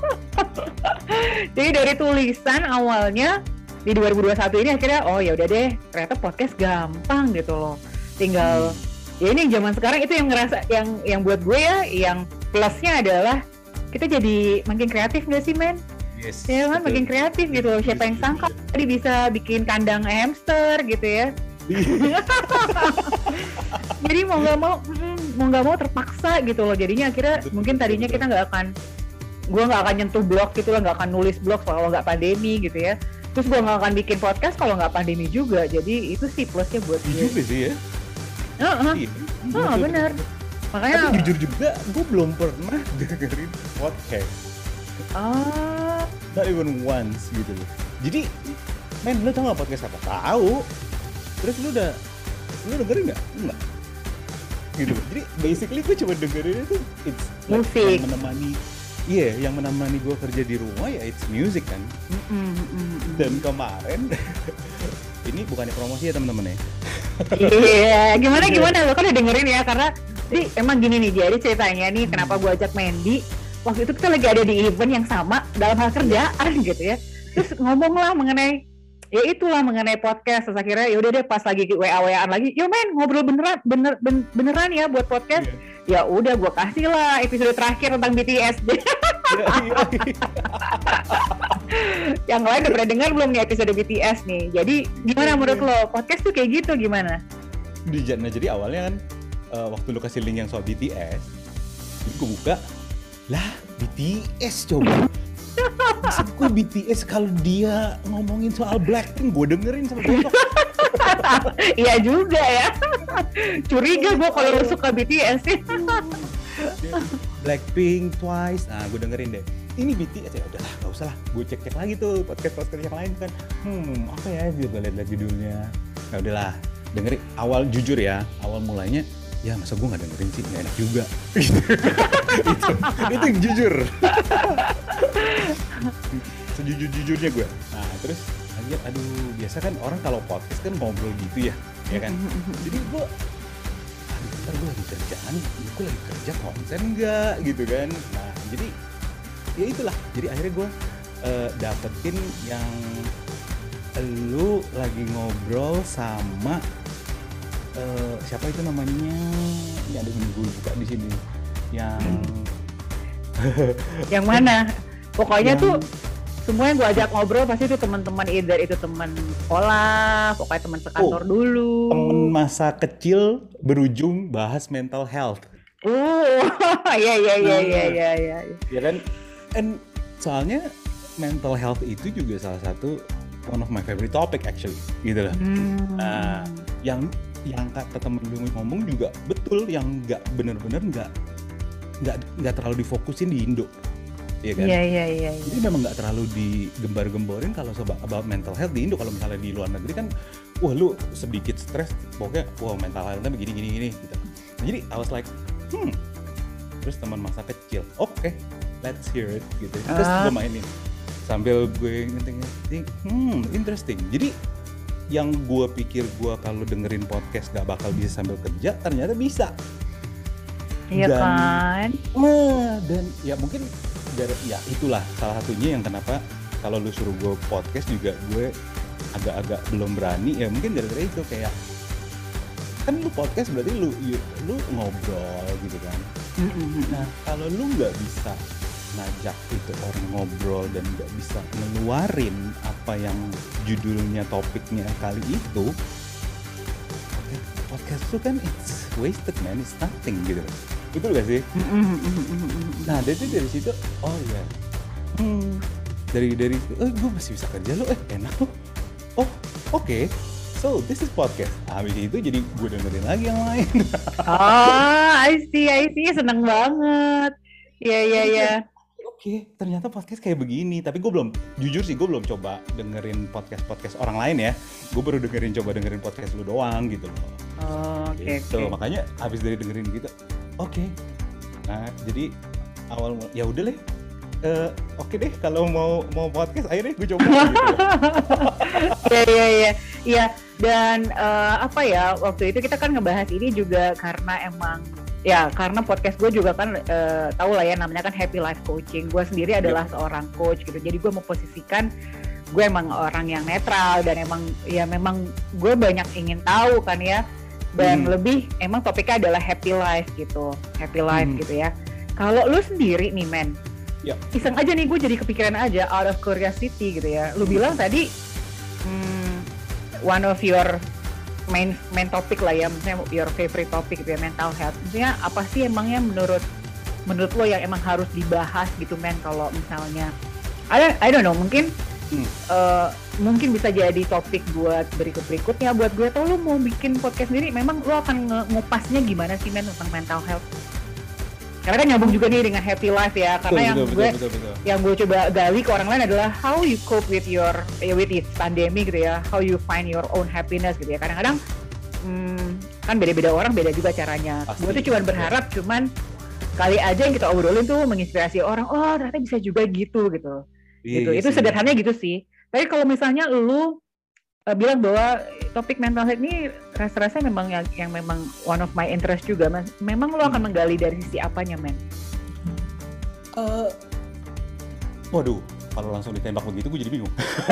Jadi dari tulisan awalnya di 2021 ini akhirnya ya udah deh, ternyata podcast gampang gitu loh. Tinggal ya ini zaman sekarang itu yang ngerasa yang buat gue ya, yang plusnya adalah kita jadi makin kreatif nggak sih men? Yes. Ya kan makin kreatif gitu loh. Siapa yang sangka tadi bisa bikin kandang hamster gitu ya? Jadi mau nggak mau terpaksa gitu loh. Jadinya akhirnya mungkin tadinya kita gue nggak akan nyentuh blog gitu lah, nggak akan nulis blog kalau nggak pandemi gitu ya. Terus gue nggak akan bikin podcast kalau nggak pandemi juga. Jadi itu sih plusnya buat gue. Jujur sih ya. Benar. Makanya. Tapi jujur juga, gue belum pernah dengerin podcast. Not even once gitu loh. Jadi, men, lu tau nggak podcast apa? Tahu. Terus lu dengerin nggak? Enggak. Gitu. Jadi basically gue cuma dengerin itu musik. Yang menemani gue kerja di rumah ya it's music kan. Dan kemarin ini bukannya promosi ya teman-teman ya. Iya, gimana lo kan udah dengerin ya, karena jadi emang gini nih, jadi ceritanya nih kenapa gue ajak Mandy. Waktu itu kita lagi ada di event yang sama dalam hal kerjaan gitu ya. Terus ngomong lah mengenai podcast. Terus akhirnya yaudah deh pas lagi WA-WAan lagi, yo men ngobrol beneran ya buat podcast. Ya udah gue kasih lah episode terakhir tentang BTS. Yang lain udah pernah dengar belum nih episode BTS nih? Jadi gimana menurut lo podcast tuh kayak gitu gimana? Jadi awalnya kan waktu lo kasih link yang soal BTS, gue buka lah BTS coba. Maksud gue BTS kalau dia ngomongin soal Blackpink gue dengerin sama besok. Iya juga ya. Curiga gue kalau lu suka BTS sih. Blackpink, Twice, gue dengerin deh. Ini BTS ya udahlah, nggak usah lah. Gue cek lagi tuh podcast yang lain kan. Apa ya? Gue lihat judulnya. Ya udahlah, dengerin. Awal jujur ya, awal mulanya ya masa gue nggak dengerin sih, nggak enak juga. itu yang jujur. Sejujur-jujurnya gue. Nah terus lihat, biasa kan orang kalau podcast kan ngobrol gitu ya kan. Jadi gue bentar gue lagi kerja konten nggak gitu kan. Nah jadi ya itulah, jadi akhirnya gue dapetin yang lu lagi ngobrol sama siapa itu namanya, ya ada gue buka di sini yang mana pokoknya tuh semua yang gue ajak ngobrol pasti itu teman-teman, either itu teman sekolah, pokoknya teman sekantor dulu, teman masa kecil berujung bahas mental health. Iya. Ya kan, soalnya mental health itu juga salah satu one of my favorite topic actually, gitu loh. Nah, yang kata temen gue ngomong juga betul, yang nggak bener-bener nggak terlalu difokusin di Indo. iya kan? Iya. Jadi memang nggak terlalu digembar-gemborin kalau about mental health di Indo. Kalau misalnya di luar negeri kan, wah lu sedikit stres, pokoknya wah mental health-nya begini gitu. Nah, jadi I was like, terus teman masa kecil, oke, let's hear it gitu. Terus gue mainin sambil gue ngeting, interesting. Jadi yang gue pikir gue kalau dengerin podcast gak bakal bisa sambil kerja, ternyata bisa. Iya kan? Dan ya mungkin ya itulah salah satunya yang kenapa kalau lu suruh gue podcast juga gue agak-agak belum berani. Ya mungkin gara-gara itu, kayak kan lu podcast berarti lu ngobrol gitu kan. Nah kalau lu nggak bisa ngajak itu orang ngobrol dan nggak bisa ngeluarin apa yang judulnya topiknya kali itu, podcast itu kan it's wasted man, it's nothing gitu. Betul gak sih? Nah dari situ, oh ya, dari gue masih bisa kerja lo, enak lo, oh oke. So this is podcast. Habis itu jadi gue dengerin lagi yang lain. I see, seneng banget. Iya. Oke, ternyata podcast kayak begini. Tapi gue jujur sih gue belum coba dengerin podcast orang lain ya. Gue baru coba dengerin podcast lu doang gitu loh. Oke. Makanya habis dari dengerin gitu, oke. Nah jadi awal ya udah deh. Oke deh kalau mau podcast ayo deh gue coba gitu. Iya. Dan waktu itu kita kan ngebahas ini juga karena karena podcast gue juga kan tahu lah ya, namanya kan Happy Life Coaching. Gue sendiri adalah seorang coach gitu, jadi gue memposisikan gue emang orang yang netral dan memang gue banyak ingin tahu kan ya, dan lebih emang topiknya adalah happy life gitu ya. Kalau lu sendiri nih men, iseng aja nih, gue jadi kepikiran aja out of curiosity gitu ya. Lu bilang tadi one of your main topik lah ya, misalnya your favorite topic gitu ya, mental health. Maksudnya apa sih emangnya menurut lo yang emang harus dibahas gitu men, kalau misalnya I don't know, mungkin mungkin bisa jadi topik buat berikutnya buat gue. Atau lo mau bikin podcast sendiri, memang lo akan ngupasnya gimana sih men tentang mental health? Karena kan nyambung juga nih dengan happy life ya, karena betul. Yang gue coba gali ke orang lain adalah how you cope with this pandemic gitu ya, how you find your own happiness gitu ya. Kadang-kadang kan beda-beda orang, beda juga caranya. Gue tuh berharap kali aja yang kita obrolin tuh menginspirasi orang, oh ternyata bisa juga gitu. Itu sederhananya gitu sih. Tapi kalau misalnya lu bilang bahwa topik mental health ini rasa-rasa memang yang memang one of my interest juga, mas. Memang lo akan menggali dari sisi apanya, men? Waduh, kalau langsung ditembak begitu gue jadi bingung.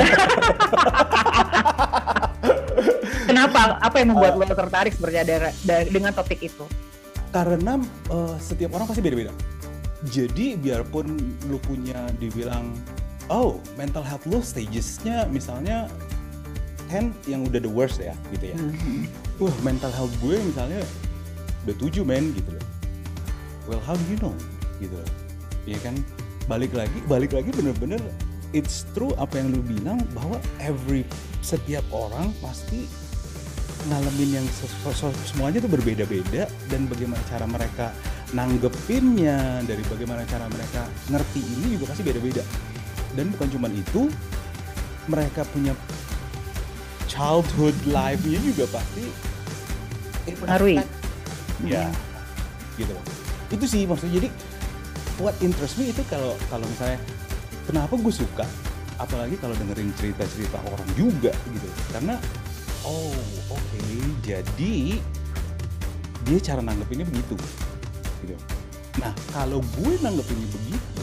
Kenapa? Apa yang membuat lo tertarik sebenarnya dengan topik itu? Karena setiap orang pasti beda-beda. Jadi biarpun lo punya dibilang, oh mental health lo stagesnya misalnya 10 yang udah the worst ya gitu ya. Mental health gue misalnya udah 7 men gitu loh. Well how do you know gitu loh. Iya kan, balik lagi bener-bener it's true apa yang lu bilang, bahwa setiap orang pasti ngalamin yang semuanya tuh berbeda-beda, dan bagaimana cara mereka nanggepinnya, dari bagaimana cara mereka ngerti ini juga pasti beda-beda. Dan bukan cuma itu, mereka punya childhood life-nya juga pasti pengaruhi. Ya, gitu. Itu sih maksudnya. Jadi what interest me itu kalau misalnya kenapa gue suka, apalagi kalau dengerin cerita-cerita orang juga gitu. Karena oke, jadi dia cara nanggepinnya begitu gitu. Nah, kalau gue nanggepinnya begitu,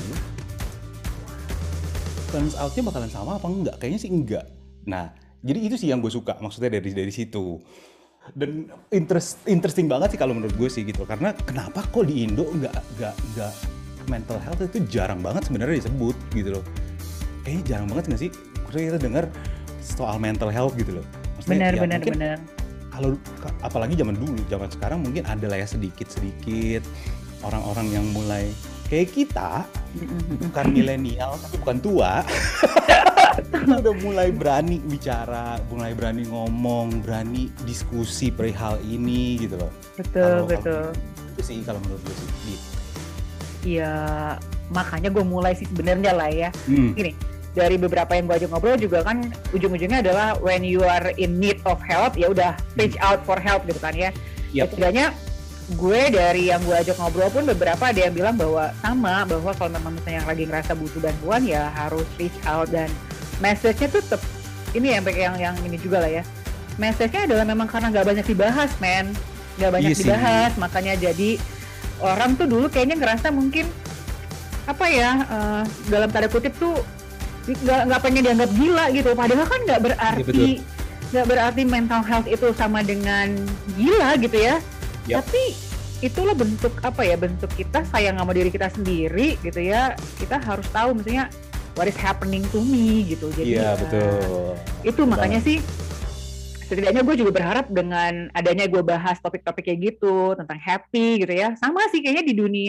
turns out-nya bakalan sama apa enggak? Kayaknya sih enggak. Nah, jadi itu sih yang gue suka, maksudnya dari situ. Dan interesting banget sih kalau menurut gue sih gitu. Karena kenapa kok di Indo nggak mental health itu jarang banget sebenarnya disebut gitu loh. Jarang banget nggak sih? Maksudnya kita dengar soal mental health gitu loh. Maksudnya benar. Kalau apalagi zaman sekarang mungkin ada lah ya sedikit orang-orang yang mulai kayak kita, bukan milenial tapi bukan tua. Udah mulai berani bicara, mulai berani ngomong, berani diskusi perihal ini gitu loh. Betul. Itu sih kalau menurut gue sih. Iya, makanya gue mulai sih sebenarnya lah ya. Hmm. Gini, dari beberapa yang gue ajak ngobrol juga kan ujung-ujungnya adalah when you are in need of help, ya udah reach out for help gitu kan ya. Yep. Setidaknya gue dari yang gue ajak ngobrol pun beberapa ada yang bilang bahwa kalau memang misalnya yang lagi ngerasa butuh bantuan ya harus reach out, dan message-nya tuh tetap ini yang ini juga lah ya. Message-nya adalah memang karena nggak banyak dibahas, nggak banyak dibahas, makanya jadi orang tuh dulu kayaknya ngerasa mungkin apa ya, dalam tanda kutip tuh nggak pengen dianggap gila gitu, padahal kan nggak berarti mental health itu sama dengan gila gitu ya. Yep. Tapi itulah bentuk apa ya, bentuk kita sayang sama diri kita sendiri gitu ya. Kita harus tahu misalnya what is happening to me gitu. Jadi betul. Itu makanya sih setidaknya gue juga berharap dengan adanya gue bahas topik-topik kayak gitu tentang happy gitu ya. Sama sih kayaknya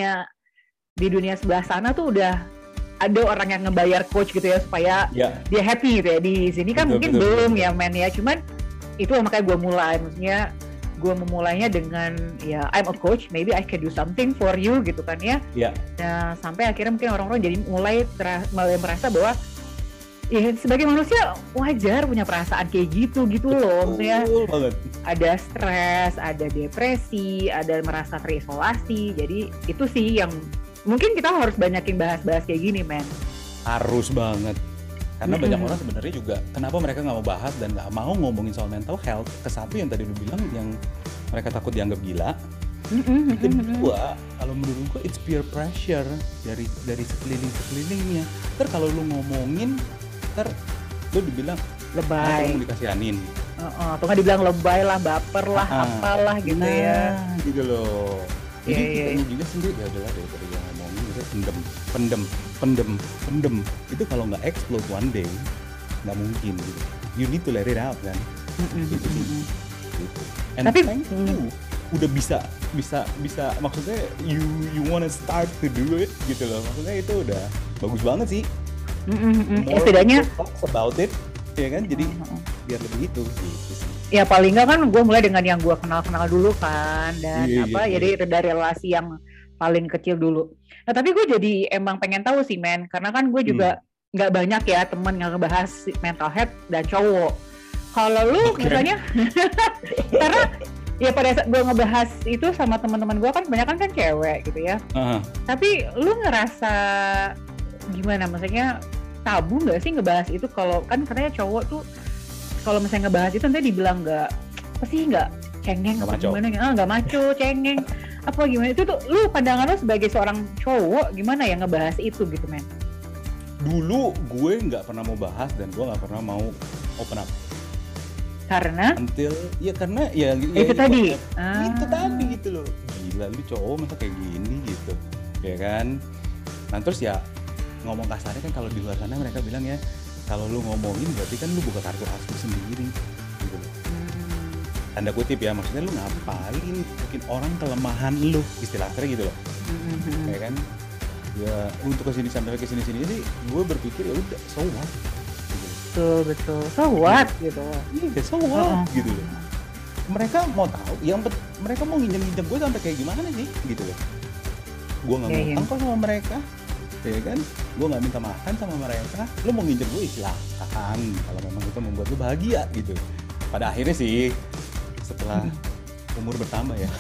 di dunia sebelah sana tuh udah ada orang yang ngebayar coach gitu ya supaya dia happy gitu ya. Di sini kan mungkin belum ya ya. Cuman itu makanya gue mulai, maksudnya gue memulainya dengan ya I'm a coach, maybe I can do something for you gitu kan ya. Nah sampai akhirnya mungkin orang-orang jadi mulai merasa bahwa ya sebagai manusia wajar punya perasaan kayak gitu loh. Maksudnya ada stres, ada depresi, ada merasa terisolasi. Jadi itu sih yang mungkin kita harus banyakin bahas-bahas kayak gini, Harus banget. Karena banyak orang sebenarnya juga kenapa mereka nggak mau bahas dan nggak mau ngomongin soal mental health. Satu yang tadi lu bilang yang mereka takut dianggap gila. Kedua, kalau menurut gua it's peer pressure dari sekelilingnya. Ntar kalau lu ngomongin, ntar lu dibilang lebay, mau dikasihanin. Atau nggak dibilang lebay lah, baper lah, apalah gitu ya. Gitu loh. Jadi kitanya juga sendiri ya udahlah daripada yang ngomongin gitu, pendem. Itu kalau nggak explode one day nggak mungkin gitu. You need to let it out kan. Gitu sih. Gitu. And tapi udah bisa maksudnya you wanna start to do it gitu loh. Maksudnya itu udah bagus banget sih. Setidaknya talk about it ya kan, jadi biar lebih gitu sih. Ya paling nggak kan gue mulai dengan yang gue kenal dulu kan, dan jadi dari relasi yang paling kecil dulu. Nah tapi gue jadi emang pengen tahu sih karena kan gue juga nggak banyak ya temen yang ngebahas mental health dan cowok. Kalau lu misalnya karena ya pada saat gue ngebahas itu sama teman-teman gue kan kebanyakan kan cewek gitu ya. Tapi lu ngerasa gimana, maksudnya tabu nggak sih ngebahas itu? Kalau kan katanya cowok tuh kalau misalnya ngebahas itu nanti dibilang nggak cengeng apa gimana, nggak maco, cengeng apa gimana, itu tuh lu pandangan lu sebagai seorang cowok gimana ya ngebahas itu gitu Dulu gue nggak pernah mau bahas dan gue nggak pernah mau open up karena karena itu tadi gitu loh, gila lu cowok masa kayak gini gitu ya kan. Nah terus ya ngomong kasarnya kan kalau di luar sana mereka bilang ya, kalau lu ngomongin berarti kan lu buka kartu as lu sendiri gitu loh. Tanda kutip ya, maksudnya lu ngapain bikin orang kelemahan lu, istilahnya gitu loh. Ya kan? Ya untuk kesini sampai kesini sih gue berpikir ya udah so what gitu. Betul so what gitu. Iya so what gitu loh. Mereka mau tahu, mereka mau nginjem gue sampai kayak gimana sih gitu loh. Gue nggak mau tangkol sama mereka. Ya kan, gue nggak minta makan sama mereka, lo mau nginjem gue silakan kalau memang itu membuat lo bahagia gitu. Pada akhirnya sih setelah umur bertambah ya.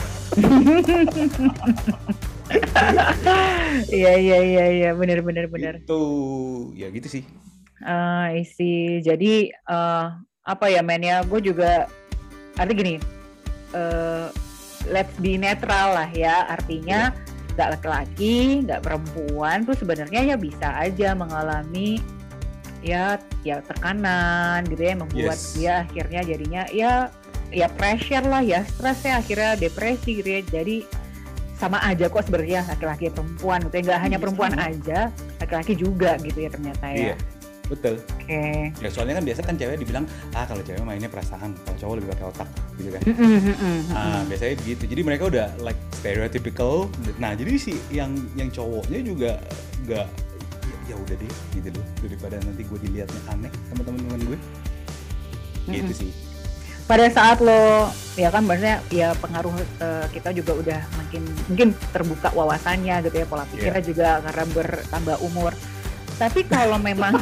Iya benar. Itu ya gitu sih. Isi jadi apa ya ya, gue juga artinya gini, let's be netral lah ya, artinya nggak laki-laki, nggak perempuan tuh sebenarnya ya bisa aja mengalami ya tekanan gitu ya, membuat dia akhirnya jadinya ya pressure lah ya, stres ya, akhirnya depresi gitu ya. Jadi sama aja kok sebenarnya laki-laki perempuan gitu ya, nggak hanya perempuan aja, laki-laki juga gitu ya ternyata ya. Iya, betul. Oke. Ya soalnya kan biasa kan cewek dibilang kalau cewek mainnya perasaan, kalau cowok lebih pakai otak gitu kan. Biasanya begitu. Jadi mereka udah like stereotypical. Nah jadi sih yang cowoknya juga nggak, ya udah deh gitu loh, daripada nanti gue dilihatnya aneh sama teman-teman gue. Gitu sih. pada saat lo ya kan maksudnya ya pengaruh kita juga udah mungkin terbuka wawasannya gitu ya, pola pikirnya juga karena bertambah umur. Tapi kalau memang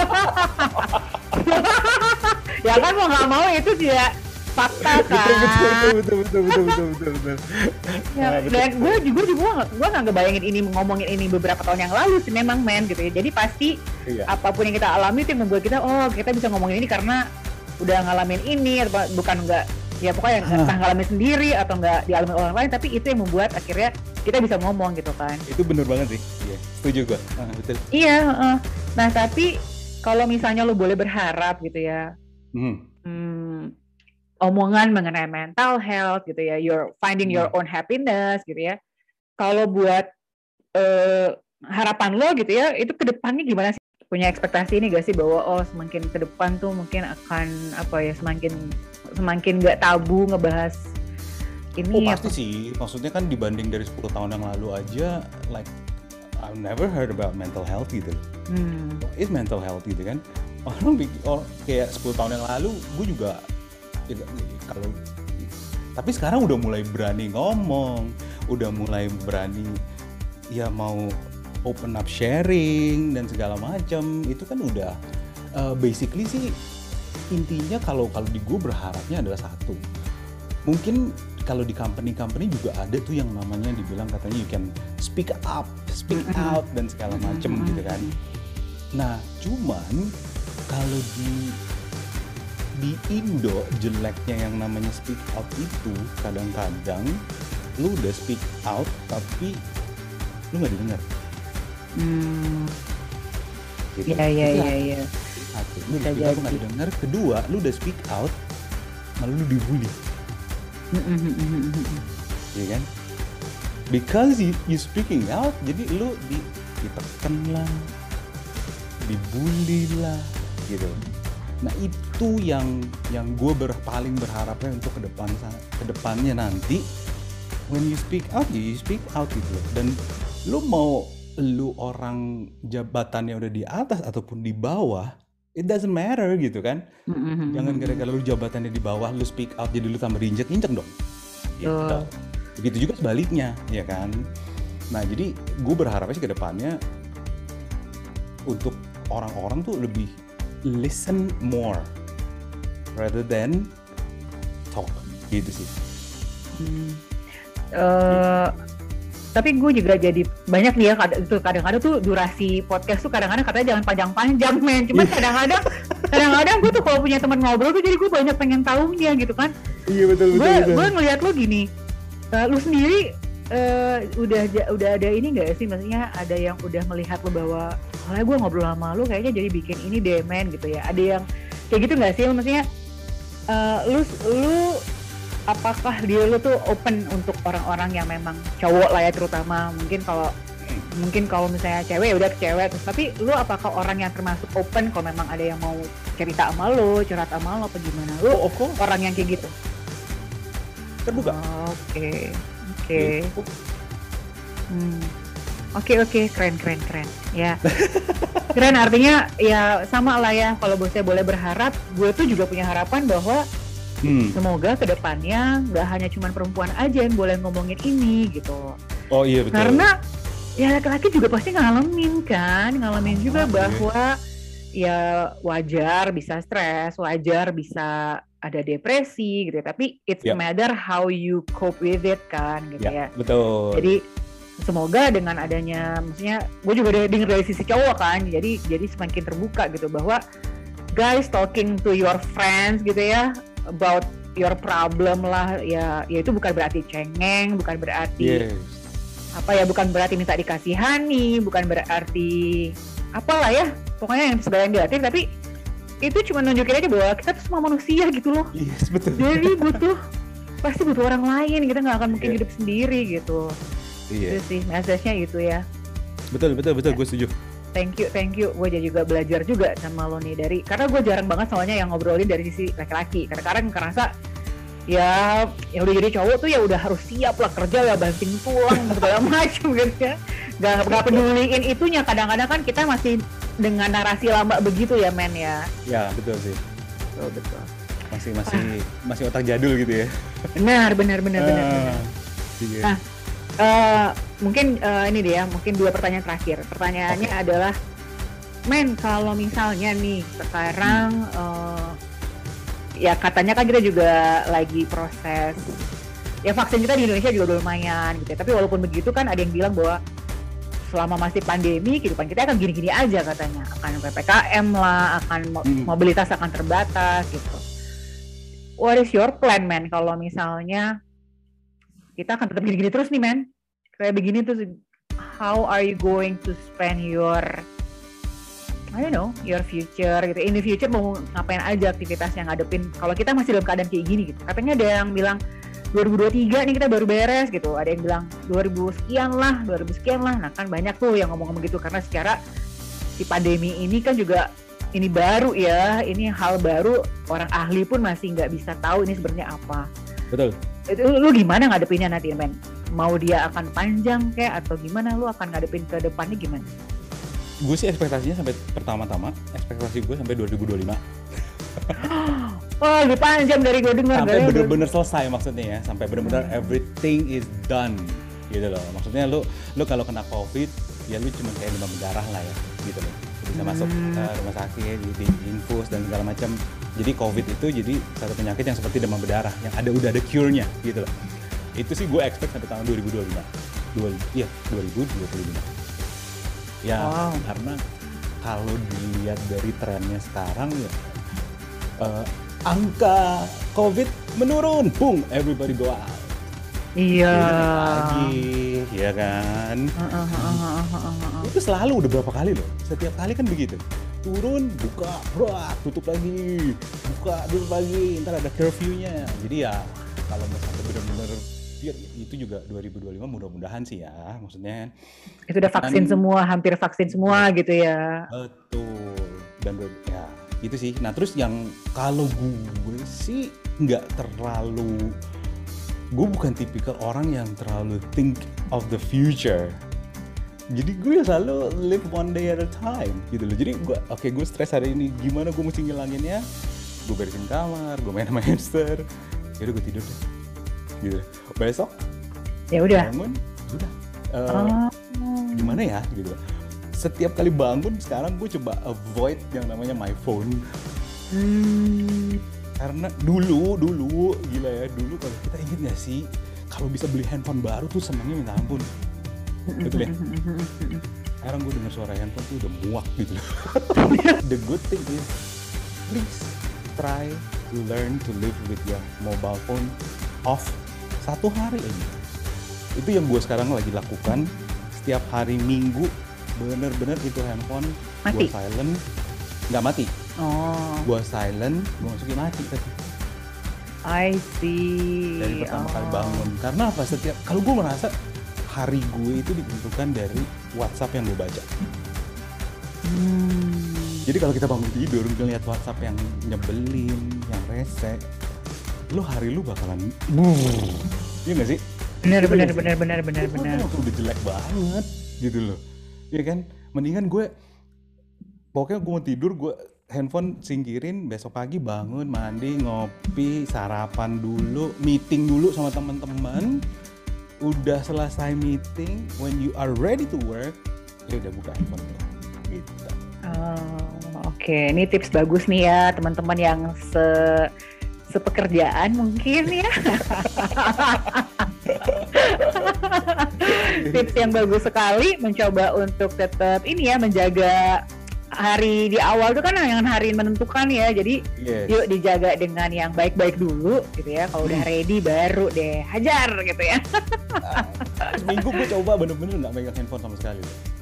ya kan mau nggak mau itu dia fakta kan. Betul. Ya, dan gue juga nggak ngebayangin ini ngomongin ini beberapa tahun yang lalu sih memang gitu ya. Jadi pasti apapun yang kita alami itu yang membuat kita kita bisa ngomongin ini karena udah ngalamin ini, atau bukan nggak ya pokoknya entah ngalamin sendiri atau nggak dialami orang lain, tapi itu yang membuat akhirnya kita bisa ngomong gitu kan. Itu bener banget sih, iya, setuju gue. Betul. Iya, nah tapi kalau misalnya lo boleh berharap gitu ya, omongan mengenai mental health gitu ya, you're finding your own happiness gitu ya, kalau buat harapan lo gitu ya, itu kedepannya gimana sih? Punya ekspektasi ini gak sih bahwa semakin ke depan tuh mungkin akan semakin gak tabu ngebahas ini? Pasti sih, maksudnya kan dibanding dari 10 tahun yang lalu aja, like I've never heard about mental health gitu. What is mental health gitu kan? Kayak 10 tahun yang lalu gue juga tapi sekarang udah mulai berani ngomong, udah mulai berani ya mau open up sharing dan segala macam. Itu kan udah basically sih intinya kalau di gue berharapnya adalah satu, mungkin kalau di company juga ada tuh yang namanya dibilang katanya you can speak out dan segala macam gitu kan. Nah cuman kalau di Indo jeleknya yang namanya speak out itu kadang-kadang lu udah speak out tapi lu nggak didengar. Gitu. Iya. Satu, lu nggak didengar. Kedua, lu udah speak out malah lu dibully. Iya kan? Because you speaking out, jadi lu ditekan lah, dibully lah, gitu. Nah itu yang gue paling berharapnya untuk kedepannya nanti when you speak out gitu loh. Dan lu orang jabatannya udah di atas ataupun di bawah, it doesn't matter gitu kan. Jangan gara-gara lu jabatannya di bawah lu speak out jadi lu tambah diinjek-injek dong gitu. Begitu juga sebaliknya ya kan. Nah jadi gue berharapnya sih kedepannya untuk orang-orang tuh lebih listen more rather than talk gitu sih. Tapi gue juga jadi banyak nih ya kadang-kadang tuh durasi podcast tuh kadang-kadang katanya jangan panjang-panjang men. Cuma kadang-kadang gue tuh kalau punya teman ngobrol tuh jadi gue banyak pengen tahunya gitu kan. Iya betul. Gue ngeliat lo gini, lu sendiri udah ada ini nggak sih, maksudnya ada yang udah melihat lo bahwa soalnya gue ngobrol sama lo kayaknya jadi bikin ini deh men gitu ya, ada yang kayak gitu nggak sih, maksudnya lu apakah dia lu tuh open untuk orang-orang yang memang cowok lah ya terutama, mungkin kalau misalnya cewek udah ke cewek terus, tapi lu apakah orang yang termasuk open kalau memang ada yang mau cerita sama lo, curhat sama lo apa gimana, lu orang yang kayak gitu? Terbuka. Oke, keren ya. Keren, artinya ya sama lah ya, kalau saya boleh berharap, gue tuh juga punya harapan bahwa semoga kedepannya nggak hanya cuma perempuan aja yang boleh ngomongin ini gitu. Oh iya betul. Karena ya laki-laki juga pasti ngalamin juga bahwa ya wajar bisa stres, wajar bisa ada depresi gitu ya, tapi it's a matter how you cope with it kan gitu ya. Betul. Jadi semoga dengan adanya, maksudnya gue juga denger dari sisi cowok kan, jadi semakin terbuka gitu bahwa guys talking to your friends gitu ya about your problem lah ya itu bukan berarti cengeng, bukan berarti bukan berarti minta dikasihani, bukan berarti apalah ya pokoknya yang segala yang negatif, tapi itu cuma nunjukin aja bahwa kita tuh semua manusia gitu loh. Yes, betul. Jadi pasti butuh orang lain, kita nggak akan mungkin hidup sendiri gitu. Itu sih message-nya itu ya. Betul, gue setuju. Thank you. Gue juga belajar juga sama lo nih karena gue jarang banget soalnya yang ngobrolin dari sisi laki-laki. Kadang-kadang ngerasa ya yang udah jadi cowok tuh ya udah harus siap lah kerja ya, banting tulang segala macam gitu ya. Gak peduliin itunya, kadang-kadang kan kita masih dengan narasi lama begitu ya men ya. Ya betul sih. Betul. Masih otak jadul gitu ya. Benar. Iya. Nah, mungkin ini deh ya, mungkin 2 pertanyaan terakhir. Pertanyaannya adalah, kalau misalnya nih sekarang ya katanya kan kita juga lagi proses, ya vaksin kita di Indonesia juga udah lumayan gitu ya. Tapi walaupun begitu kan ada yang bilang bahwa selama masih pandemi kehidupan kita akan gini-gini aja katanya. Akan PPKM lah, akan mobilitas akan terbatas gitu. What is your plan, kalau misalnya kita akan tetap gini-gini terus nih, kayak begini tuh, how are you going to spend your, I don't know, your future gitu. In the future mau ngapain aja aktivitas yang ngadepin kalau kita masih dalam keadaan kayak gini gitu. Katanya ada yang bilang 2023 nih kita baru beres gitu. Ada yang bilang 2000 sekian lah. Nah kan banyak tuh yang ngomong-ngomong gitu, karena secara si pandemi ini kan juga ini baru ya, ini hal baru, orang ahli pun masih nggak bisa tahu ini sebenarnya apa. Betul. Itu lu gimana ngadepinnya nanti, Mau dia akan panjang kayak atau gimana, lu akan ngadepin ke depannya gimana? Gue sih ekspektasinya ekspektasi gue sampai 2025. Oh, lebih panjang dari gue dengar. Sampai bener-bener selesai maksudnya ya, sampai bener-bener everything is done gitu loh. Maksudnya lu kalau kena COVID ya lu cuma kayak demam berdarah lah ya gitu loh. Bisa masuk rumah sakit, di infus dan segala macam. Jadi COVID itu jadi satu penyakit yang seperti demam berdarah yang udah ada cure-nya gitu loh. Itu sih gue expect sampai tahun 2025. 2025. Ya, wow. Karena kalau dilihat dari trennya sekarang ya angka COVID menurun, boom, everybody go out. Iya. Lagi, ya kan? Itu selalu udah berapa kali loh. Setiap kali kan begitu. Turun, buka, tutup lagi, buka, tutup lagi. Ntar ada curfew-nya. Jadi ya kalau misalnya benar-benar itu juga 2025 mudah-mudahan sih ya, maksudnya. Itu udah vaksin semua, hampir vaksin semua gitu ya. Betul. Dan ya itu sih. Nah terus yang kalau gue sih nggak terlalu, gue bukan tipikal orang yang terlalu think of the future. Jadi gue selalu live one day at a time gitu loh. Jadi gue stres hari ini, gimana gue mesti ngilanginnya? Gue beresin kamar, gue main sama hamster, yaudah gue tidur deh gitu. Besok ya udah bangun, sudah gimana ya gitu. Setiap kali bangun sekarang gue coba avoid yang namanya my phone. Karena dulu gila ya, dulu kalau kita inget gak sih kalau bisa beli handphone baru tuh senangnya minta ampun. Betul ya? Sekarang gue dengar suara handphone tuh udah muak gitu. The good thing is, please try to learn to live with your mobile phone off 1 hari aja. Itu yang gue sekarang lagi lakukan. Setiap hari Minggu bener-bener itu handphone gue silent. Nggak mati. Gue silent, gue masukin mati tadi. I see. Dari pertama kali bangun. Karena apa? Kalau gue merasa hari gue itu ditentukan dari WhatsApp yang gue baca. Jadi kalau kita bangun tidur ngeliat WhatsApp yang nyebelin, yang rese, hari lu bakalan iya nggak sih? Benar. Udah jelek banget gitu loh. Iya kan? Mendingan pokoknya gue mau tidur, gue handphone singkirin, besok pagi bangun, mandi, ngopi, sarapan dulu, meeting dulu sama teman-teman. Udah selesai meeting, when you are ready to work, ya udah buka handphone gitu. Oke. Ini tips bagus nih ya teman-teman yang sepekerjaan mungkin ya. Tips yang bagus sekali, mencoba untuk tetap ini ya, menjaga hari di awal itu kan yang hari menentukan ya. Jadi yuk dijaga dengan yang baik-baik dulu gitu ya. Kalau udah ready baru deh hajar gitu ya. Seminggu gue coba bener-bener nggak megang handphone sama sekali.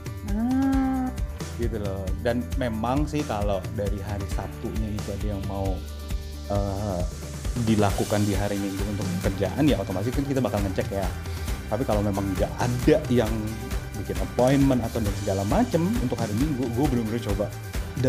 Gitu loh. Dan memang sih kalau dari hari Sabtunya itu ada yang mau dilakukan di hari Minggu untuk pekerjaan, ya otomatis kan kita bakal ngecek ya. Tapi kalau memang nggak ada yang bikin appointment atau dan segala macem untuk hari Minggu, gue bener-bener coba. Dan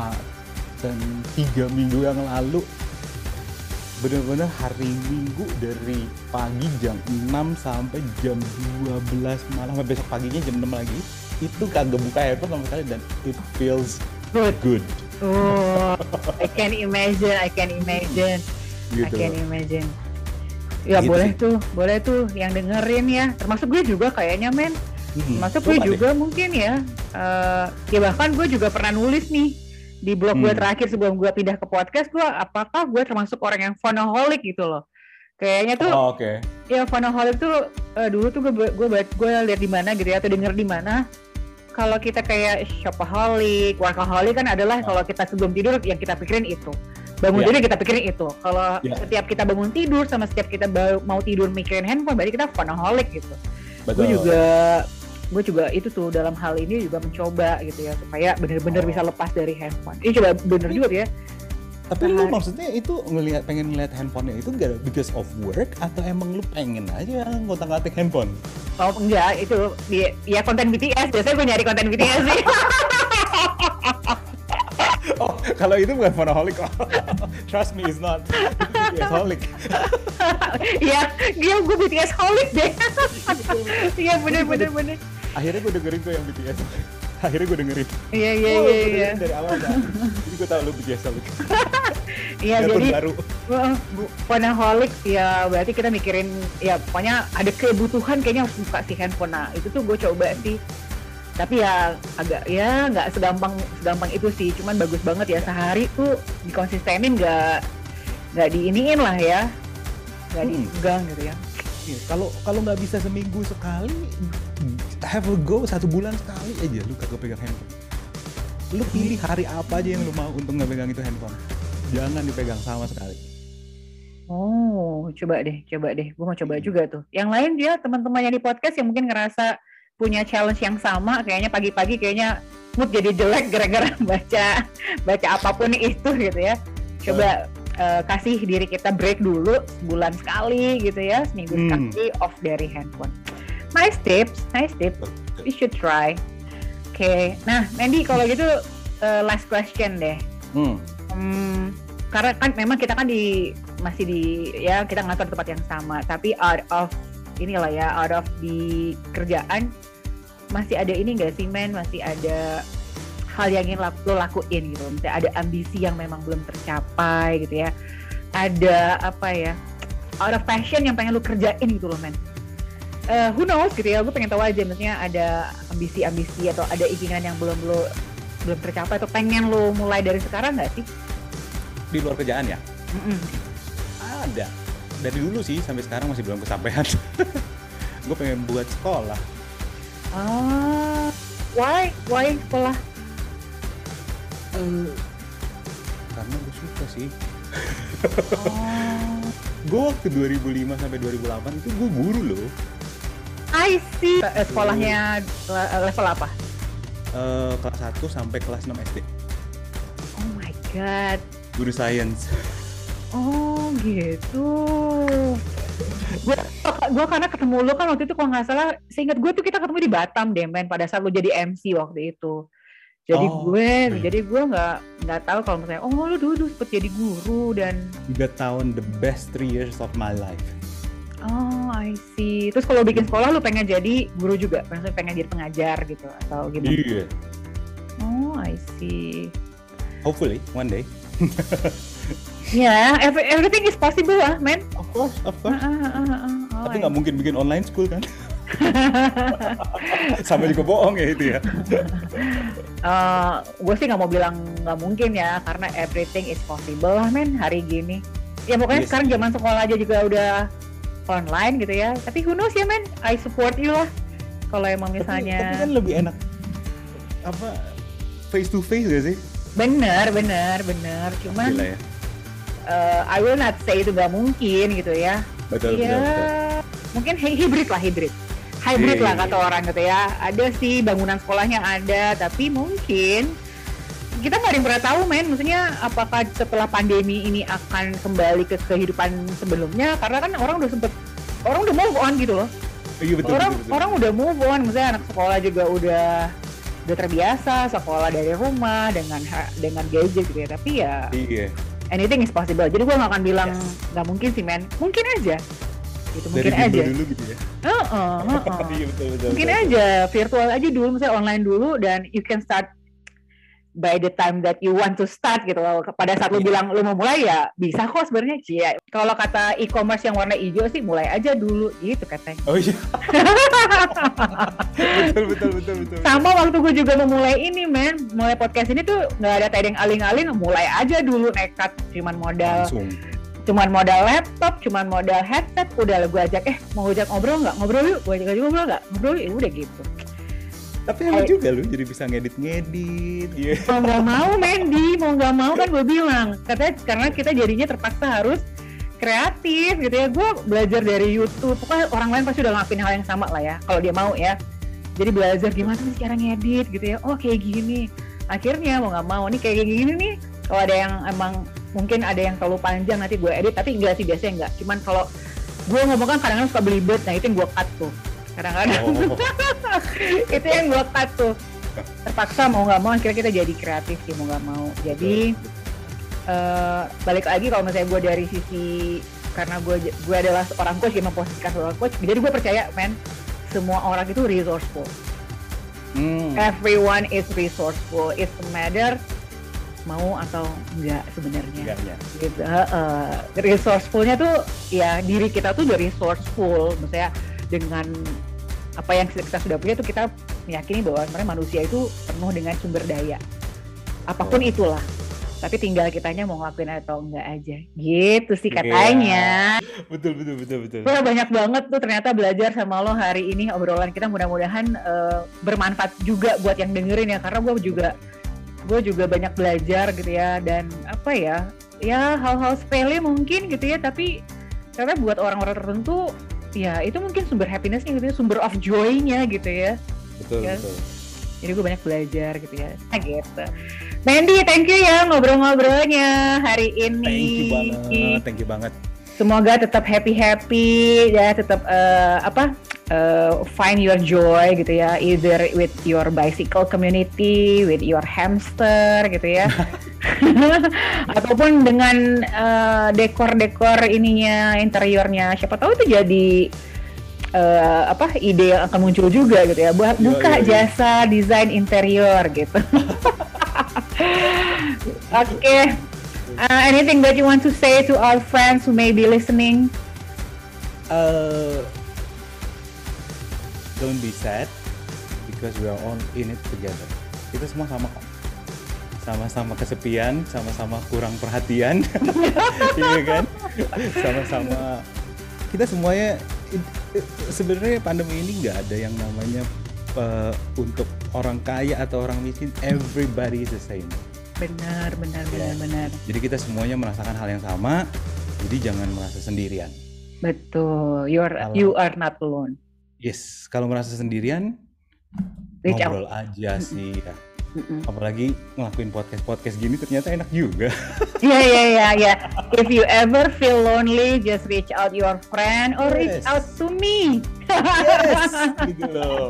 3 minggu yang lalu bener-bener hari Minggu dari pagi jam 6 sampai jam 12 malam, besok paginya jam 6 lagi, itu kagak buka handphone sama sekali dan it feels good. Oh, I can imagine, I can imagine, I Gitu. can imagine. Ya Gitu boleh sih. boleh tuh yang dengerin ya. Termasuk gue juga kayaknya men. Termasuk gue Coba deh. juga mungkin ya. Ya bahkan gue juga pernah nulis nih di blog gue terakhir sebelum gue pindah ke podcast. Gue apakah gue termasuk orang yang phonoholic gitu loh. Kayaknya tuh Oh, oke. ya phonoholic tuh dulu tuh gue lihat di mana gitu ya atau denger di mana. Kalau kita kayak shopaholic, workaholic kan adalah kalau kita sebelum tidur yang kita pikirin itu. Bangun Iya. tidur kita pikirin itu. Kalau Iya. setiap kita bangun tidur sama setiap kita mau tidur mikirin handphone, berarti kita phonoholic gitu. Betul. Gue juga itu tuh dalam hal ini juga mencoba gitu ya supaya benar-benar bisa lepas dari handphone. Ini coba bener juga ya. Tapi lu maksudnya itu pengen ngeliat handphonenya itu gak because of work atau emang lu pengen aja ngotak-ngatik handphone? Oh enggak, itu ya konten BTS. Biasanya gue nyari konten BTS sih. Oh, kalau itu bukan phonoholic kok. Trust me, it's not. BTS-holic. Iya, gue BTS holic deh. Iya bener. Akhirnya gue dengerin tuh yang BTS. Akhirnya gue dengerin. Iya. Gue dengerin dari awal kan. Jadi gue tau lu BTS-holic. Iya jadi baru. phonoholic ya berarti kita mikirin ya pokoknya ada kebutuhan kayaknya harus buka si handphone. Nah itu tuh gue coba sih. Tapi ya agak ya nggak segampang itu sih. Cuman bagus banget ya sehari tuh dikonsistenin nggak diiniin lah ya. Nggak dipegang gitu ya. Iya, kalau nggak bisa seminggu sekali, have a go 1 bulan sekali aja lu kagak pegang handphone. Lu pilih hari apa aja yang lu mau untuk nggak pegang itu handphone. Jangan dipegang sama sekali. Oh, coba deh. Gue mau coba juga tuh. Yang lain dia teman-teman yang di podcast yang mungkin ngerasa punya challenge yang sama, kayaknya pagi-pagi kayaknya mood jadi jelek gara-gara baca apapun itu gitu ya. Coba kasih diri kita break dulu sebulan sekali gitu ya, seminggu sekali off dari handphone. Nice tips. We should try. Oke. Nah, Mandy kalau gitu last question deh. Karena kan memang kita kan masih di ya kita ngantor tempat yang sama, tapi out of di kerjaan masih ada ini nggak sih men, masih ada hal yang ingin lo lakuin gitu, misalnya ada ambisi yang memang belum tercapai gitu ya, ada apa ya out of passion yang pengen lo kerjain gitu loh men. Who knows gitu ya, gue pengen tahu aja maksudnya ada ambisi atau ada keinginan yang belum tercapai atau pengen lo mulai dari sekarang nggak sih? Di luar kerjaan ya? Ada. Dari dulu sih sampai sekarang masih belum kesampaian. Gue pengen buat sekolah. Why sekolah? Karena gue suka sih. Gue waktu 2005 sampai 2008 itu gue guru loh. I see. Sekolahnya level apa? Kelas 1 sampai kelas 6 SD. Oh my god. Guru sains. Oh gitu. Gue karena ketemu lo kan waktu itu kalau nggak salah, seingat gue tuh kita ketemu di Batam deh men, pada saat lo jadi MC waktu itu. Jadi gue nggak tahu kalau misalnya lo dulu sempet jadi guru dan 3 tahun the best 3 years of my life. Oh I see. Terus kalau bikin sekolah lo pengen jadi guru juga, maksudnya pengen jadi pengajar gitu atau gimana? Iya. Oh I see. Hopefully one day. Ya, everything is possible lah, men. Of course. Tapi nggak mungkin bikin online school kan? Sama juga bohong ya itu ya. Gue sih nggak mau bilang nggak mungkin ya, karena everything is possible lah, men. Hari gini. Ya pokoknya sekarang zaman sekolah aja juga udah online gitu ya. Tapi who knows ya, men. I support you lah. Kalau emang misalnya. Tapi kan lebih enak face to face gak sih? Bener. Cuman. Gila ya. I will not say itu gak mungkin gitu ya. Betul. Mungkin hybrid lah kata orang gitu ya. Ada sih bangunan sekolahnya ada, tapi mungkin kita nggak ada yang pernah tahu men. Maksudnya apakah setelah pandemi ini akan kembali ke kehidupan sebelumnya? Karena kan orang udah move on gitu loh. Iya betul. Orang udah move on, maksudnya anak sekolah juga udah terbiasa sekolah dari rumah dengan gadget gitu ya. Tapi ya. Iya. Anything is possible. Jadi gue nggak akan bilang nggak mungkin sih men. Mungkin aja. Gitu, mungkin dari aja. Dulu gitu ya. Iya, betul. Mungkin aja virtual aja dulu, misalnya online dulu, dan you can start by the time that you want to start gitu loh. Pada saat lu bilang lu mau mulai ya bisa kok sebenarnya. Cia. Kalau kata e-commerce yang warna hijau sih mulai aja dulu gitu katanya. Oh iya. betul. Sama waktu gue juga mau mulai ini mulai podcast ini tuh nggak ada tedeng aling-aling, mulai aja dulu nekat, cuman modal laptop, cuman modal headset, udah gue ajak mau ajak ngobrol yuk, gue ajak ngobrol ya udah gitu. Tapi emang juga lu jadi bisa ngedit gitu. Mau nggak mau Mandy, mau nggak mau kan gue bilang katanya karena kita jadinya terpaksa harus kreatif gitu ya. Gue belajar dari YouTube, pokoknya orang lain pasti udah ngelakuin hal yang sama lah ya kalau dia mau ya. Jadi belajar gimana sih cara ngedit gitu ya, oh kayak gini. Akhirnya mau nggak mau nih kayak gini nih, kalau ada yang emang mungkin ada yang terlalu panjang nanti gue edit, tapi enggak sih, biasanya enggak. Cuman kalau gue ngomong kan kadang-kadang suka belibet, nah itu yang gue cut tuh kadang-kadang. Itu yang gue cut tuh, terpaksa mau nggak mau akhirnya kita jadi kreatif sih mau nggak mau. Jadi balik lagi kalau misalnya gue dari sisi, karena gue adalah seorang coach, yang memposisikan seorang coach, jadi gue percaya semua orang itu resourceful. Everyone is resourceful. It's a matter mau atau enggak sebenarnya. Gitu. Resourcefulnya tuh ya diri kita tuh udah resourceful. Maksudnya dengan apa yang kita sudah punya tuh kita meyakini bahwa sebenarnya manusia itu penuh dengan sumber daya. Apapun itulah. Tapi tinggal kitanya mau ngelakuin atau enggak aja. Gitu sih katanya. Betul. Gue banyak banget tuh ternyata belajar sama lo hari ini, obrolan kita mudah-mudahan bermanfaat juga buat yang dengerin ya, karena gue juga banyak belajar gitu ya, dan apa ya hal-hal sepele mungkin gitu ya, tapi karena buat orang-orang tertentu ya itu mungkin sumber happiness-nya gitu ya, sumber of joy-nya gitu ya. Betul. Jadi gue banyak belajar gitu ya. Gitu. Mandy, thank you ya ngobrol-ngobrolnya hari ini. Thank you banget. Semoga tetap happy ya, tetap find your joy gitu ya, either with your bicycle community, with your hamster gitu ya. Ataupun dengan dekor ininya, interiornya, siapa tahu itu jadi ide yang akan muncul juga gitu ya, buka jasa desain interior gitu. Okay. Anything that you want to say to our friends who may be listening? Don't be sad because we are all in it together. Kita semua sama kok. Sama-sama kesepian, sama-sama kurang perhatian. Iya kan? Sama-sama kita semuanya. Sebenarnya pandemi ini nggak ada yang namanya untuk orang kaya atau orang miskin, everybody is the same. Benar. Jadi kita semuanya merasakan hal yang sama, jadi jangan merasa sendirian. Betul, you are not alone. Yes, kalau merasa sendirian, ngobrol aja sih ya. Apalagi ngelakuin podcast gini ternyata enak juga. Iya. If you ever feel lonely, just reach out your friend or reach out to me. Yes, gitu loh.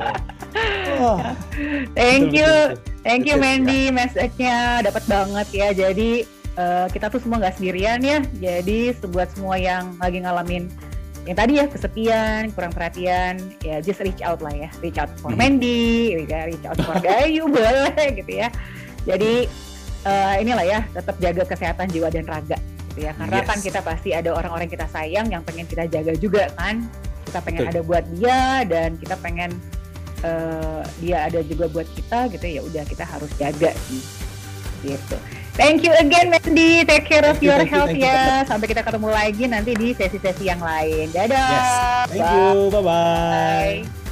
Thank you Mandy, message-nya dapat banget ya. Jadi kita tuh semua nggak sendirian ya. Jadi buat semua yang lagi ngalamin yang tadi ya kesepian, kurang perhatian, ya just reach out lah ya, reach out for Mandy, reach out for Gayu boleh gitu ya. Jadi inilah ya, tetap jaga kesehatan jiwa dan raga gitu ya, karena kan kita pasti ada orang-orang kita sayang yang pengen kita jaga juga kan, kita pengen ada buat dia dan kita pengen dia ada juga buat kita gitu ya, udah kita harus jaga sih gitu. Thank you again Mandy, take care of your health ya. Sampai kita ketemu lagi nanti di sesi-sesi yang lain. Dadah. Yes. Thank you, bye-bye.